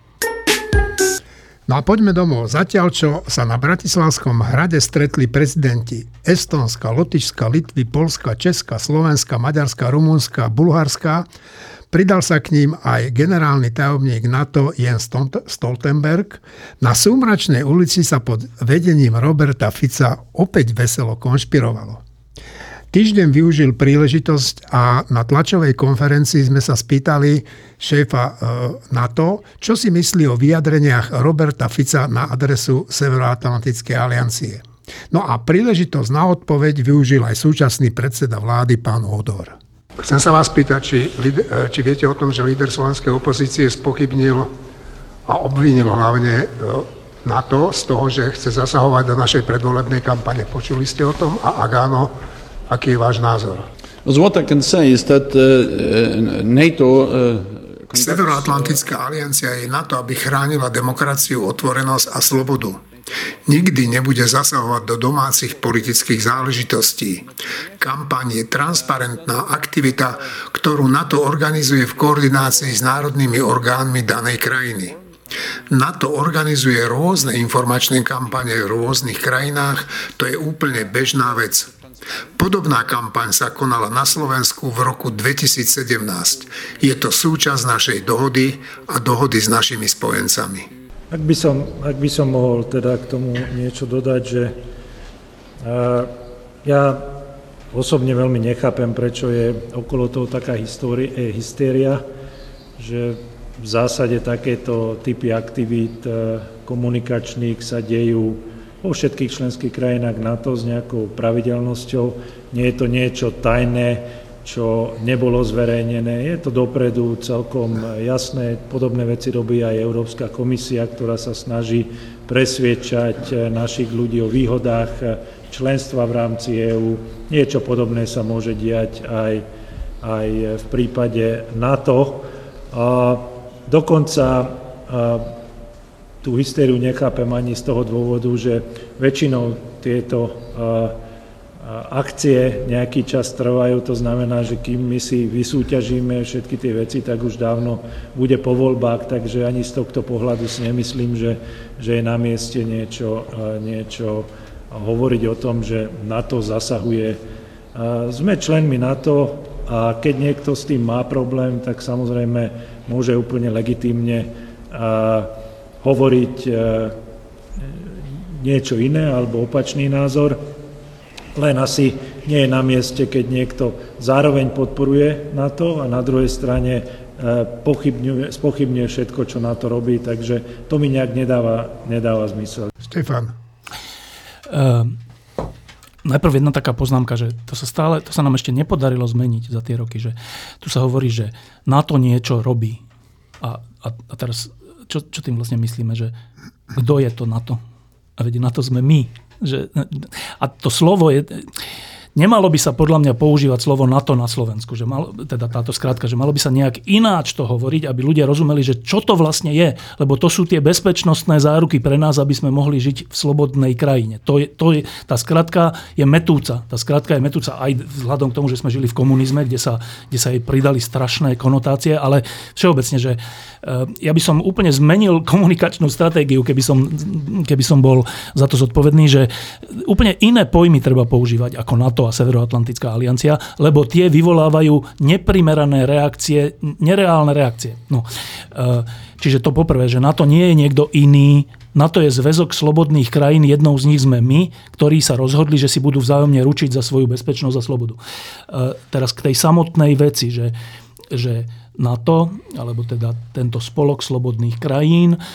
No a poďme domov. Zatiaľ, čo sa na Bratislavskom hrade stretli prezidenti Estónska, Lotyšska, Litvy, Poľska, Česka, Slovenska, Maďarska, Rumunska, Bulharska, pridal sa k ním aj generálny tajomník NATO Jens Stoltenberg. Na Súmračnej ulici sa pod vedením Roberta Fica opäť veselo konšpirovalo. Týždeň využil príležitosť a na tlačovej konferencii sme sa spýtali šéfa NATO, čo si myslí o vyjadreniach Roberta Fica na adresu Severoatlantickej aliancie. No a príležitosť na odpoveď využil aj súčasný predseda vlády pán Odor. Chcem sa vás pýtať, či, či viete o tom, že líder slovenskej opozície spochybnil a obvinil hlavne NATO z toho, že chce zasahovať do našej predvolebnej kampane. Počuli ste o tom? A ak áno, aký je váš názor? What I can say is that uh, NATO uh, Severoatlantická aliancia je na to, aby chránila demokraciu, otvorenosť a slobodu. Nikdy nebude zasahovať do domácich politických záležitostí. Kampaň je transparentná aktivita, ktorú NATO organizuje v koordinácii s národnými orgánmi danej krajiny. NATO organizuje rôzne informačné kampane v rôznych krajinách, to je úplne bežná vec. Podobná kampaň sa konala na Slovensku v roku dvetisícsedemnásť. Je to súčasť našej dohody a dohody s našimi spojencami. Ak by som, ak by som mohol teda k tomu niečo dodať, že uh, ja osobne veľmi nechápem, prečo je okolo toho taká história, eh, hystéria, že v zásade takéto typy aktivít uh, komunikačných sa dejú vo všetkých členských krajinách NATO s nejakou pravidelnosťou. Nie je to niečo tajné, čo nebolo zverejnené. Je to dopredu celkom jasné. Podobné veci robí aj Európska komisia, ktorá sa snaží presviedčať našich ľudí o výhodách členstva v rámci EÚ. Niečo podobné sa môže diať aj, aj v prípade NATO. A dokonca a, tú hystériu nechápem ani z toho dôvodu, že väčšinou tieto a, akcie nejaký čas trvajú, to znamená, že kým my si vysúťažíme všetky tie veci, tak už dávno bude po voľbách, takže ani z tohto pohľadu si nemyslím, že, že je na mieste niečo, niečo hovoriť o tom, že NATO zasahuje. Sme členmi NATO a keď niekto s tým má problém, tak samozrejme môže úplne legitímne hovoriť niečo iné alebo opačný názor. Len asi nie je na mieste, keď niekto zároveň podporuje NATO a na druhej strane pochybňuje, spochybňuje všetko, čo NATO robí, takže to mi nejak nedáva, nedáva zmysel. Štefan. Uh, najprv jedna taká poznámka, že to sa stále, to sa nám ešte nepodarilo zmeniť za tie roky, že tu sa hovorí, že NATO niečo robí. A, a, a teraz, čo, čo tým vlastne myslíme, že kto je to NATO? A veď NATO sme my. Že, a to slovo je... Nemalo by sa podľa mňa používať slovo NATO na Slovensku, že mal, teda táto skrátka, že malo by sa nejak ináč to hovoriť, aby ľudia rozumeli, že čo to vlastne je, lebo to sú tie bezpečnostné záruky pre nás, aby sme mohli žiť v slobodnej krajine. To je, to je, tá skrátka je metúca. Tá skrátka je metúca aj vzhľadom k tomu, že sme žili v komunizme, kde sa, kde sa jej pridali strašné konotácie, ale všeobecne, že ja by som úplne zmenil komunikačnú stratégiu, keby som, keby som bol za to zodpovedný, že úplne iné pojmy treba používať ako NATO a Severoatlantická aliancia, lebo tie vyvolávajú neprimerané reakcie, nereálne reakcie. No, čiže to poprvé, že NATO nie je niekto iný, NATO je zväzok slobodných krajín, jednou z nich sme my, ktorí sa rozhodli, že si budú vzájomne ručiť za svoju bezpečnosť a slobodu. Teraz k tej samotnej veci, že, že NATO, alebo teda tento spolok slobodných krajín, e, e,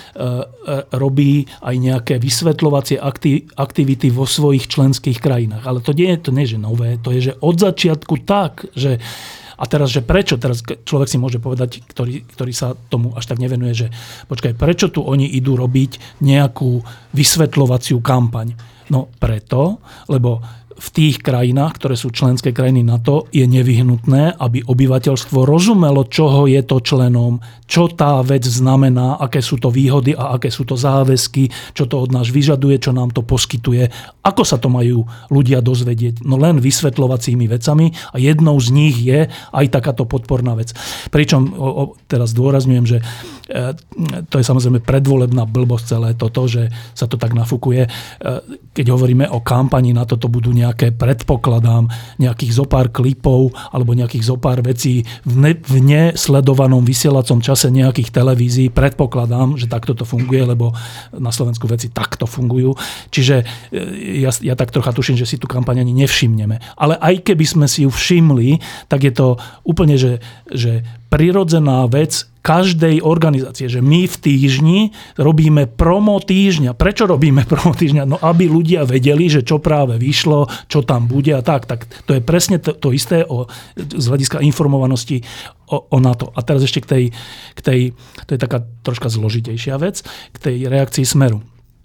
robí aj nejaké vysvetľovacie akti- aktivity vo svojich členských krajinách. Ale to nie je to nie, že nové, to je, že od začiatku tak, že a teraz, že prečo? Teraz človek si môže povedať, ktorý, ktorý sa tomu až tak nevenuje, že počkaj, prečo tu oni idú robiť nejakú vysvetľovaciu kampaň? No preto, lebo v tých krajinách, ktoré sú členské krajiny NATO, je nevyhnutné, aby obyvateľstvo rozumelo, čoho je to členom, čo tá vec znamená, aké sú to výhody a aké sú to záväzky, čo to od nás vyžaduje, čo nám to poskytuje, ako sa to majú ľudia dozvedieť. No len vysvetľovacími vecami a jednou z nich je aj takáto podporná vec. Pričom o, o, teraz dôrazňujem, že e, to je samozrejme predvolebná blbosť celé toto, že sa to tak nafúkuje. E, keď hovoríme o kampani na toto, budú nejaké, predpokladám, nejakých zopár klipov alebo nejakých zopár vecí v, ne, v nesledovanom vysielacom čase nejakých televízií. Predpokladám, že takto to funguje, lebo na Slovensku veci takto fungujú. Čiže ja, ja tak trocha tuším, že si tú kampaň ani nevšimneme. Ale aj keby sme si ju všimli, tak je to úplne, že, že prirodzená vec každej organizácie, že my v týždni robíme promo týždňa. Prečo robíme promo týždňa? No aby ľudia vedeli, že čo práve vyšlo, čo tam bude a tak. Tak to je presne to, to isté o, z hľadiska informovanosti o, o NATO. A teraz ešte k tej, k tej, to je taká troška zložitejšia vec, k tej reakcii Smeru.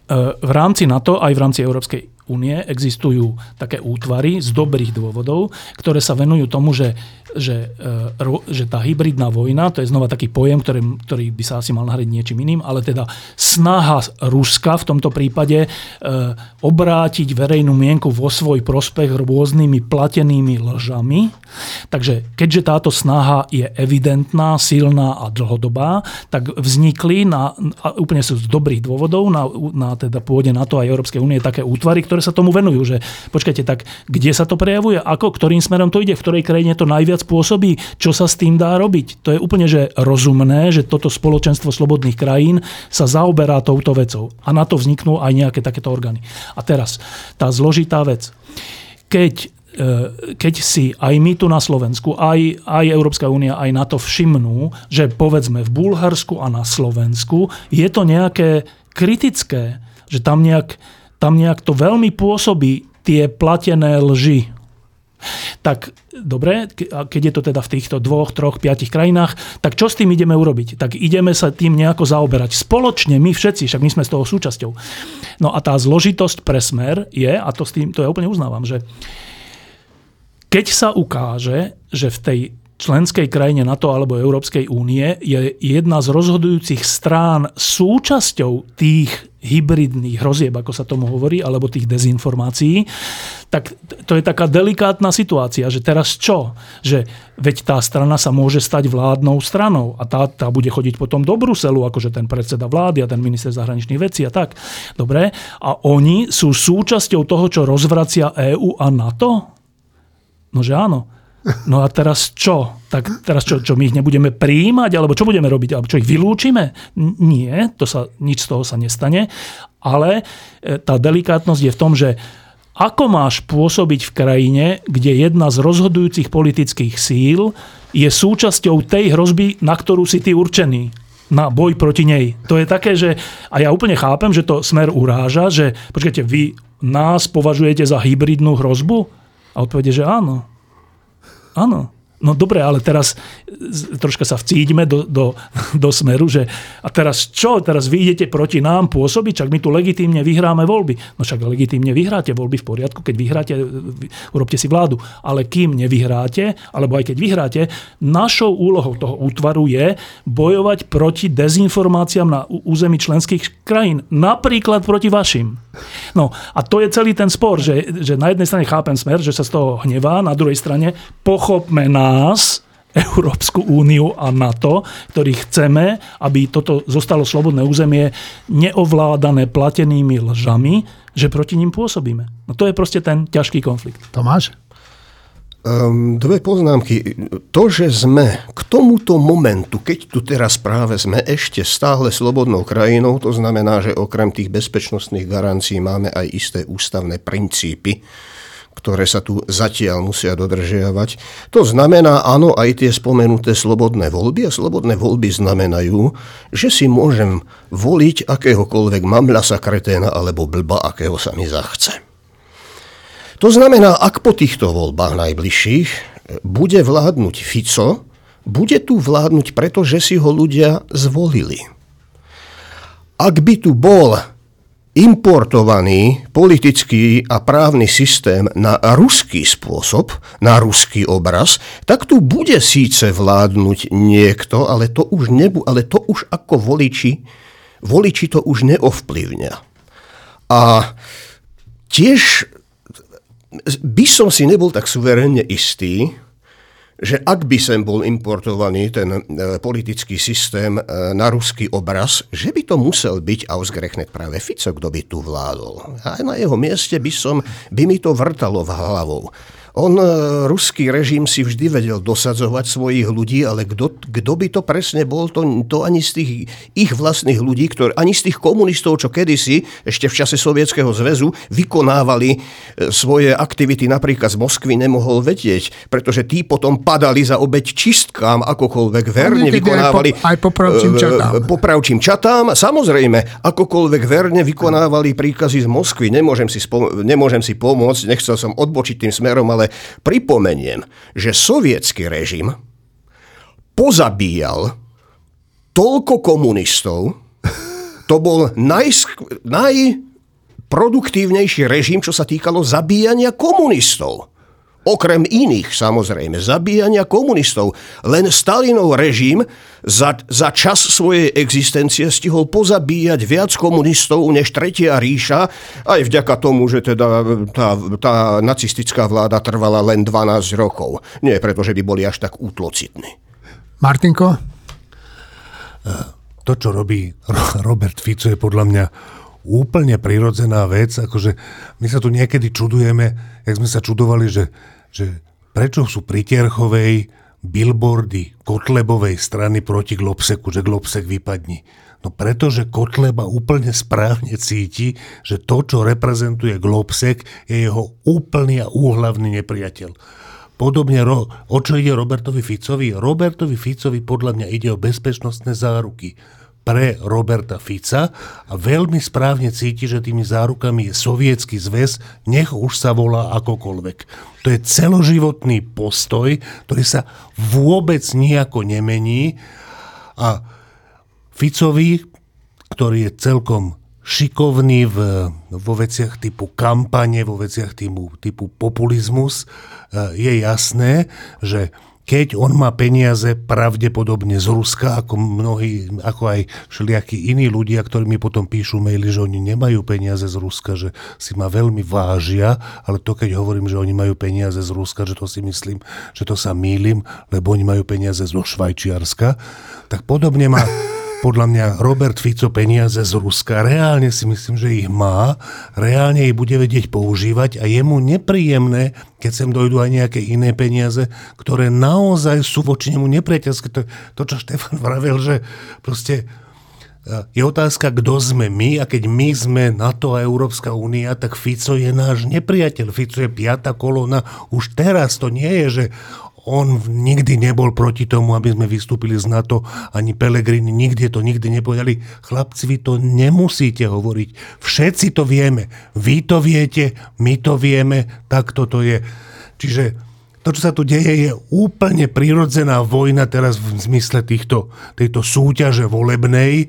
v rámci NATO aj v rámci Európskej únie existujú také útvary z dobrých dôvodov, ktoré sa venujú tomu, že, že, že tá hybridná vojna, to je znova taký pojem, ktorý, ktorý by sa asi mal nahradiť niečím iným, ale teda snaha Ruska v tomto prípade obrátiť verejnú mienku vo svoj prospech rôznymi platenými lžami. Takže keďže táto snaha je evidentná, silná a dlhodobá, tak vznikli na, úplne sú z dobrých dôvodov na, na teda pôde NATO a Európskej únie také útvary, ktoré sa tomu venujú, že počkajte, tak kde sa to prejavuje, ako, ktorým smerom to ide, v ktorej krajine to najviac pôsobí, čo sa s tým dá robiť. To je úplne že rozumné, že toto spoločenstvo slobodných krajín sa zaoberá touto vecou. A na to vzniknú aj nejaké takéto orgány. A teraz, tá zložitá vec. Keď, keď si aj my tu na Slovensku, aj, aj Európska únia, aj NATO všimnú, že povedzme v Bulharsku a na Slovensku je to nejaké kritické, že tam nejak tam nejak to veľmi pôsobí tie platené lži. Tak dobre, keď je to teda v týchto dvoch, troch, piatich krajinách, tak čo s tým ideme urobiť? Tak ideme sa tým nejako zaoberať. Spoločne, my všetci, však my sme z toho súčasťou. No a tá zložitosť pre Smer je, a to s tým, to ja úplne uznávam, že keď sa ukáže, že v tej členskej krajine NATO alebo Európskej únie je jedna z rozhodujúcich strán súčasťou tých hybridných hrozieb, ako sa tomu hovorí, alebo tých dezinformácií, tak to je taká delikátna situácia, že teraz čo? Že veď tá strana sa môže stať vládnou stranou a tá, tá bude chodiť potom do Bruselu, akože ten predseda vlády a ten minister zahraničných vecí a tak. Dobre? A oni sú súčasťou toho, čo rozvracia EÚ a NATO? Nože áno. No a teraz čo? Tak teraz čo, čo my ich nebudeme prijímať? Alebo čo budeme robiť? Alebo čo ich vylúčime? Nie, to sa, nič z toho sa nestane. Ale tá delikátnosť je v tom, že ako máš pôsobiť v krajine, kde jedna z rozhodujúcich politických síl je súčasťou tej hrozby, na ktorú si ty určený, na boj proti nej. To je také, že a ja úplne chápem, že to Smer uráža, že počkajte, vy nás považujete za hybridnú hrozbu? A odpovede, že áno. Áno. No dobre, ale teraz troška sa vcíťme do, do, do Smeru, že a teraz čo? Teraz vy idete proti nám pôsobiť, čak my tu legitímne vyhráme voľby. No však legitímne vyhráte voľby v poriadku, keď vyhráte, urobte si vládu. Ale kým nevyhráte, alebo aj keď vyhráte, našou úlohou toho útvaru je bojovať proti dezinformáciám na území členských krajín. Napríklad proti vašim. No a to je celý ten spor, že, že na jednej strane chápem Smer, že sa z toho hnevá, na druhej strane pochopme nás, Európsku úniu a NATO, ktorí chceme, aby toto zostalo slobodné územie neovládané platenými lžami, že proti ním pôsobíme. No to je proste ten ťažký konflikt. Tomáš? Um, dve poznámky. To, že sme k tomuto momentu, keď tu teraz práve sme ešte stále slobodnou krajinou, to znamená, že okrem tých bezpečnostných garancií máme aj isté ústavné princípy, ktoré sa tu zatiaľ musia dodržiavať. To znamená, áno, aj tie spomenuté slobodné voľby. A slobodné voľby znamenajú, že si môžem voliť akéhokoľvek mamľasa, kreténa alebo blba, akého sa mi zachce. To znamená, ak po týchto voľbách najbližších bude vládnuť Fico, bude tu vládnuť preto, že si ho ľudia zvolili. Ak by tu bol importovaný politický a právny systém na ruský spôsob, na ruský obraz, tak tu bude síce vládnuť niekto, ale to už nebu, ale to už ako voliči, voliči to už neovplyvňa. A tiež by som si nebol tak suverénne istý, že ak by sem bol importovaný ten e, politický systém e, na ruský obraz, že by to musel byť ausgerechnet práve Fico, kto by tu vládol. A na jeho mieste by, som, by mi to vrtalo v hlavou. On, e, ruský režim si vždy vedel dosadzovať svojich ľudí, ale kto, kto by to presne bol, to, to ani z tých ich vlastných ľudí, ktoré, ani z tých komunistov, čo kedysi, ešte v čase Sovietskeho zväzu, vykonávali e, svoje aktivity napríklad z Moskvy, nemohol vedieť, pretože tí potom padali za obeť čistkám, akokoľvek verne vykonávali. Aj, po, aj popravčím čatám. E, popravčím čatám. Samozrejme, akokoľvek verne vykonávali príkazy z Moskvy. Nemôžem si, spom- nemôžem si pomôcť, nechcel som odbočiť tým smerom, ale pripomeniem, že sovietský režim pozabíjal toľko komunistov, To bol najsk- najproduktívnejší režim, čo sa týkalo zabíjania komunistov. Okrem iných, samozrejme, zabíjania komunistov. Len Stalinov režim za, za čas svojej existencie stihol pozabíjať viac komunistov než Tretia ríša, aj vďaka tomu, že teda tá, tá nacistická vláda trvala len dvanásť rokov. Nie preto, že by boli až tak útlocitní. Martinko? To, čo robí Robert Fico, je podľa mňa úplne prirodzená vec. Akože my sa tu niekedy čudujeme, jak sme sa čudovali, že že prečo sú pri Terchovej billboardy Kotlebovej strany proti Globseku, že Globsek vypadni. No pretože Kotleba úplne správne cíti, že to, čo reprezentuje Globsek, je jeho úplný a úhlavný nepriateľ. Podobne, o čo ide Robertovi Ficovi? Robertovi Ficovi podľa mňa ide o bezpečnostné záruky pre Roberta Fica a veľmi správne cíti, že tými zárukami je Sovietsky zväz, nech už sa volá akokoľvek. To je celoživotný postoj, ktorý sa vôbec nejako nemení a Ficovi, ktorý je celkom šikovný v, vo veciach typu kampane, vo veciach typu, typu populizmus, je jasné, že keď on má peniaze pravdepodobne z Ruska, ako mnohí, ako aj všelijakí iní ľudia, ktorí mi potom píšu maily, že oni nemajú peniaze z Ruska, že si ma veľmi vážia, ale to keď hovorím, že oni majú peniaze z Ruska, že to si myslím, že to sa mýlim, lebo oni majú peniaze zo Švajčiarska, tak podobne má podľa mňa Robert Fico peniaze z Ruska. Reálne si myslím, že ich má, reálne ich bude vedieť používať a je mu nepríjemné, keď sem dojdú aj nejaké iné peniaze, ktoré naozaj sú voči nemu nepriateľské. To, to čo Štefan vravel, že proste je otázka, kto sme my a keď my sme NATO a Európska únia, tak Fico je náš nepriateľ. Fico je piata kolóna. Už teraz to nie je, že on nikdy nebol proti tomu, aby sme vystúpili z NATO, ani Pellegrini, nikdy to nikdy nepovedali. Chlapci, vy to nemusíte hovoriť. Všetci to vieme. Vy to viete, my to vieme, tak toto je. Čiže to, čo sa tu deje, je úplne prirodzená vojna teraz v zmysle týchto, tejto súťaže volebnej,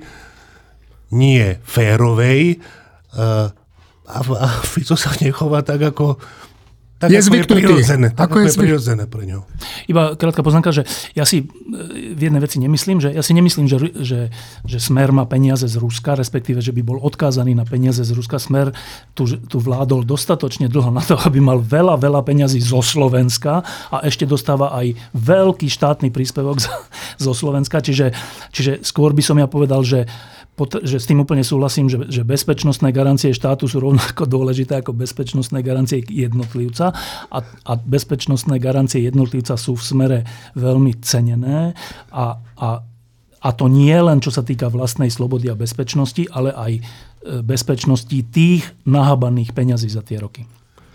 nie férovej. A, a Fico sa nechová tak, ako Tak je ako zvyknutý. Je prirodzené, tak ako ako je, je prirodzené pre ňo. Iba krátka poznámka, že ja si v jednej veci nemyslím, že ja si nemyslím, že, že, že Smer má peniaze z Ruska, respektíve, že by bol odkázaný na peniaze z Ruska. Smer tu, tu vládol dostatočne dlho na to, aby mal veľa, veľa peňazí zo Slovenska a ešte dostáva aj veľký štátny príspevok zo Slovenska. Čiže, čiže skôr by som ja povedal, že že s tým úplne súhlasím, že, že bezpečnostné garancie štátu sú rovnako dôležité ako bezpečnostné garancie jednotlivca a, a bezpečnostné garancie jednotlivca sú v Smere veľmi cenené a, a, a to nie len čo sa týka vlastnej slobody a bezpečnosti, ale aj bezpečnosti tých nahabaných peňazí za tie roky.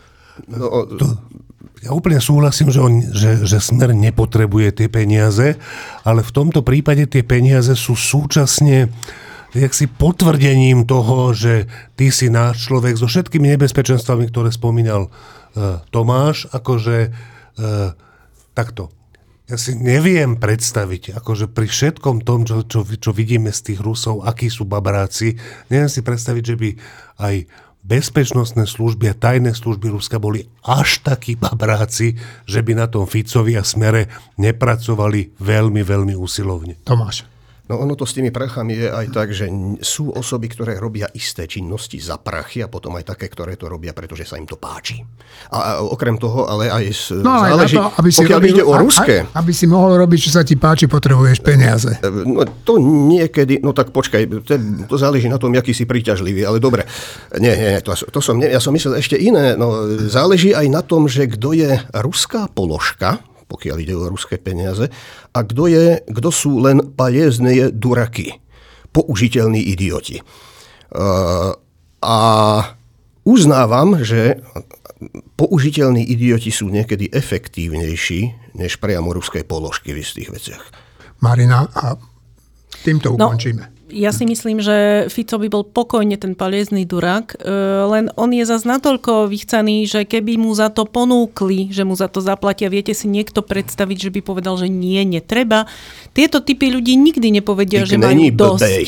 No, to, ja úplne súhlasím, že, on, že, že Smer nepotrebuje tie peniaze, ale v tomto prípade tie peniaze sú súčasne jak si potvrdením toho, že ty si náš človek so všetkými nebezpečenstvami, ktoré spomínal uh, Tomáš, akože uh, takto. Ja si neviem predstaviť, akože pri všetkom tom, čo, čo, čo vidíme z tých Rusov, akí sú babráci, neviem si predstaviť, že by aj bezpečnostné služby a tajné služby Ruska boli až takí babráci, že by na tom Ficovi a Smere nepracovali veľmi, veľmi usilovne. Tomáš. No ono to s tými prachami je aj tak, že sú osoby, ktoré robia isté činnosti za prachy a potom aj také, ktoré to robia, pretože sa im to páči. A, a okrem toho, ale aj z, no, záleží, to, aby si pokiaľ robil, ide o ruské. A, aby si mohol robiť, čo sa ti páči, potrebuješ peniaze. No to niekedy, no tak počkaj, to, to záleží na tom, aký si príťažlivý, ale dobre. Nie, nie, to, to som, ja som myslel ešte iné. No, záleží aj na tom, že kto je ruská položka, pokiaľ ide o ruské peniaze, a kto, je, kto sú len palézne duraky, použiteľní idioti. Uh, a uznávam, že použiteľní idioti sú niekedy efektívnejší než priamo ruské položky v istých veciach. Marina, a týmto ukončíme. No. Ja si myslím, že Fico by bol pokojne ten palézny durák, len on je zase natoľko vychcaný, že keby mu za to ponúkli, že mu za to zaplatia, viete si niekto predstaviť, že by povedal, že nie, netreba. Tieto typy ľudí nikdy nepovedia, Ik že majú dosť. Blbej.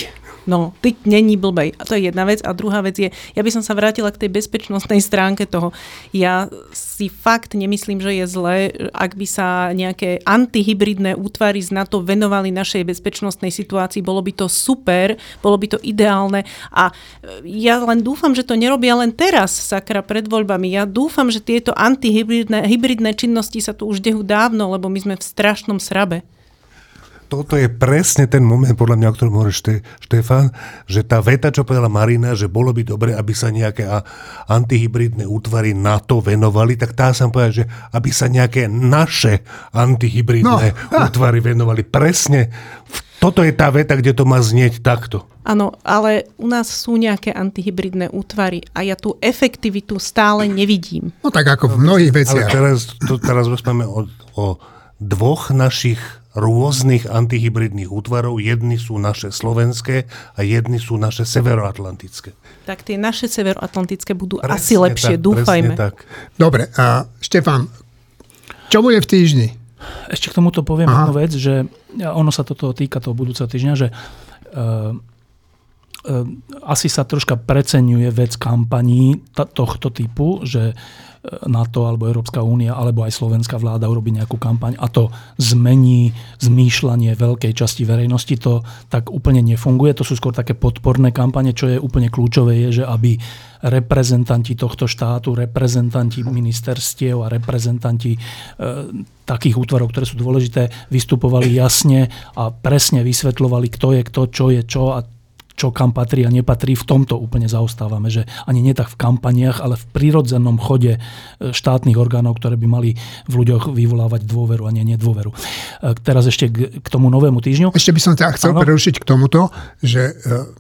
No, ty není blbej. A to je jedna vec. A druhá vec je, ja by som sa vrátila k tej bezpečnostnej stránke toho. Ja si fakt nemyslím, že je zlé, ak by sa nejaké antihybridné útvary z NATO venovali našej bezpečnostnej situácii. Bolo by to super, bolo by to ideálne. A ja len dúfam, že to nerobia len teraz, sakra, pred voľbami. Ja dúfam, že tieto antihybridné hybridné činnosti sa tu už dejú dávno, lebo my sme v strašnom srabe. Toto je presne ten moment, podľa mňa, o ktorom hovoríš, Štefán, že tá veta, čo povedala Marina, že bolo by dobre, aby sa nejaké antihybridné útvary NATO venovali, tak tá som povedal, že aby sa nejaké naše antihybridné no. útvary venovali. Presne. Toto je tá veta, kde to má znieť takto. Áno, ale u nás sú nejaké antihybridné útvary a ja tú efektivitu stále nevidím. No tak ako v mnohých veciach. Ale teraz, to, teraz rozprávame o, o dvoch našich rôznych antihybridných útvarov. Jedni sú naše slovenské a jedni sú naše severoatlantické. Tak tie naše severoatlantické budú presne asi lepšie, tak, dúfajme. Tak. Dobre, a Štefán, čo bude v týždni? Ešte k tomuto poviem Aha. jednu vec, že ono sa toto týka toho budúceho týždňa, že uh, uh, asi sa troška preceňuje vec kampaní t- tohto typu, že NATO alebo Európska únia alebo aj slovenská vláda urobí nejakú kampaň a to zmení zmýšľanie veľkej časti verejnosti. To tak úplne nefunguje. To sú skôr také podporné kampane, čo je úplne kľúčové, je, že aby reprezentanti tohto štátu, reprezentanti ministerstiev a reprezentanti e, takých útvarov, ktoré sú dôležité, vystupovali jasne a presne vysvetľovali, kto je kto, čo je čo a čo kam patrí a nepatrí. V tomto úplne zaostávame, že ani nie tak v kampaniach, ale v prirodzenom chode štátnych orgánov, ktoré by mali v ľuďoch vyvolávať dôveru a nie nedôveru. Teraz ešte k, k tomu novému týždňu. Ešte by som ťa chcel ano? prerušiť k tomuto, že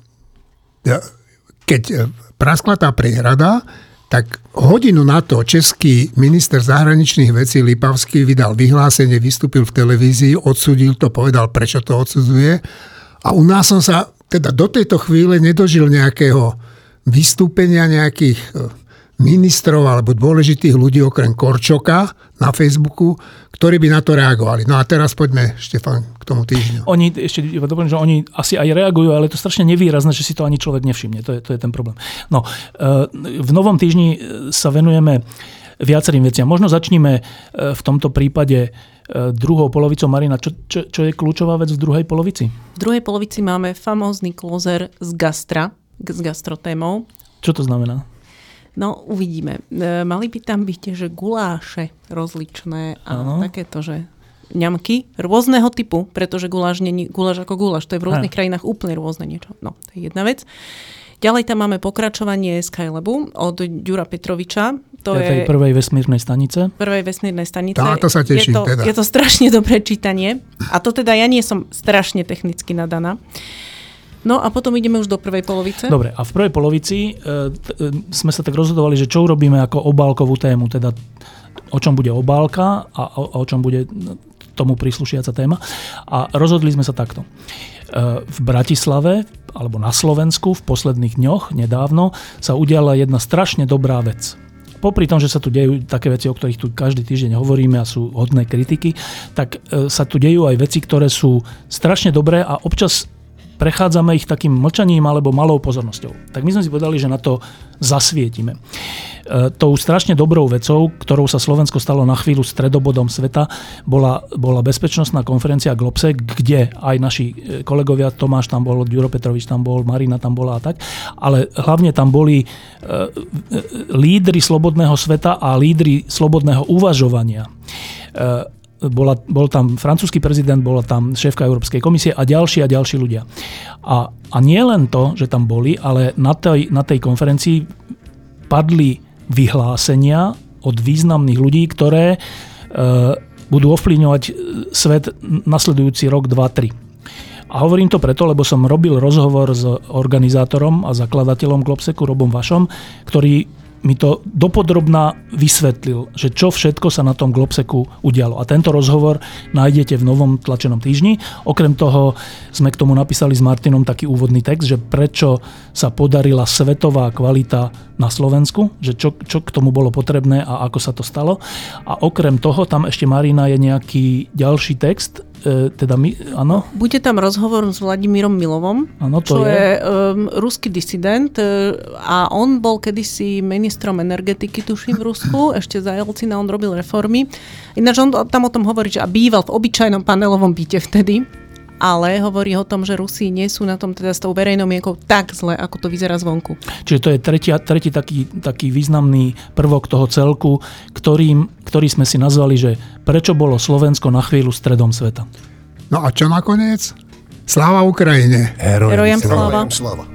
keď praskla tá priehrada, tak hodinu na to český minister zahraničných vecí Lipavský vydal vyhlásenie, vystúpil v televízii, odsudil to, povedal, prečo to odsudzuje. A u nás som sa teda do tejto chvíle nedožil nejakého vystúpenia nejakých ministrov alebo dôležitých ľudí okrem Korčoka na Facebooku, ktorí by na to reagovali. No a teraz poďme, Štefán, k tomu týždňu. Oni, ešte doplním, že oni asi aj reagujú, ale je to strašne nevýrazné, že si to ani človek nevšimne. To je, to je ten problém. No, v novom týždni sa venujeme viacerým veciam. Možno začníme v tomto prípade druhou polovicou. Marina, čo, čo, čo je kľúčová vec v druhej polovici? V druhej polovici máme famózny closer z gastra, s gastrotémou. Čo to znamená? No, uvidíme. E, mali by tam byť, že guláše rozličné a ano. Takéto, že ňamky rôzneho typu, pretože guláš není guláš ako guláš. To je v rôznych Aj. krajinách úplne rôzne niečo. No, to je jedna vec. Ďalej tam máme pokračovanie Skylabu od Ďura Petroviča. To je prvej vesmírnej stanice. Prvej vesmírnej stanice. Tá, to sa teším. Je to, teda. je to strašne dobré čítanie. A to teda ja nie som strašne technicky nadaná. No a potom ideme už do prvej polovice. Dobre, a v prvej polovici e, t, e, sme sa tak rozhodovali, že čo urobíme ako obálkovú tému, teda o čom bude obálka a o, o čom bude tomu príslušiaca téma. A rozhodli sme sa takto. E, v Bratislave alebo na Slovensku v posledných dňoch, nedávno, sa udiala jedna strašne dobrá vec. Popri tom, že sa tu dejú také veci, o ktorých tu každý týždeň hovoríme a sú hodné kritiky, tak e, sa tu dejú aj veci, ktoré sú strašne dobré a občas prechádzame ich takým mlčaním alebo malou pozornosťou. Tak my sme si povedali, že na to zasvietime. E, tou strašne dobrou vecou, ktorou sa Slovensko stalo na chvíľu stredobodom sveta, bola, bola bezpečnostná konferencia Globsec, kde aj naši kolegovia, Tomáš tam bol, Ďuro Petrovič tam bol, Marina tam bola a tak, ale hlavne tam boli e, lídri slobodného sveta a lídri slobodného uvažovania. E, Bola, bol tam francúzsky prezident, bola tam šéfka Európskej komisie a ďalší a ďalší ľudia. A, a nie len to, že tam boli, ale na tej, na tej konferencii padli vyhlásenia od významných ľudí, ktoré e, budú ovplyvňovať svet nasledujúci rok, dva, tri. A hovorím to preto, lebo som robil rozhovor s organizátorom a zakladateľom Globsecu, Robom Vašom, ktorý mi to dopodrobná vysvetlil, že čo všetko sa na tom Globsecu udialo. A tento rozhovor nájdete v novom tlačenom týždni. Okrem toho sme k tomu napísali s Martinom taký úvodný text, že prečo sa podarila svetová kvalita na Slovensku, že čo, čo k tomu bolo potrebné a ako sa to stalo. A okrem toho tam ešte, Marina, je nejaký ďalší text, e, teda my, áno? Bude tam rozhovor s Vladimírom Milovom, áno, to čo je, je um, ruský disident uh, a on bol kedysi ministrom energetiky, tuším, v Rusku, ešte za Jelcina on robil reformy. Ináč on tam o tom hovorí, že a býval v obyčajnom panelovom byte vtedy, ale hovorí o tom, že Rusi nie sú na tom teda s tou verejnou mienkou tak zle, ako to vyzerá zvonku. Čiže to je tretí, tretí taký, taký významný prvok toho celku, ktorým, ktorý sme si nazvali, že prečo bolo Slovensko na chvíľu stredom sveta. No a čo nakoniec? Sláva Ukrajine. Herojam sláva. Sláva.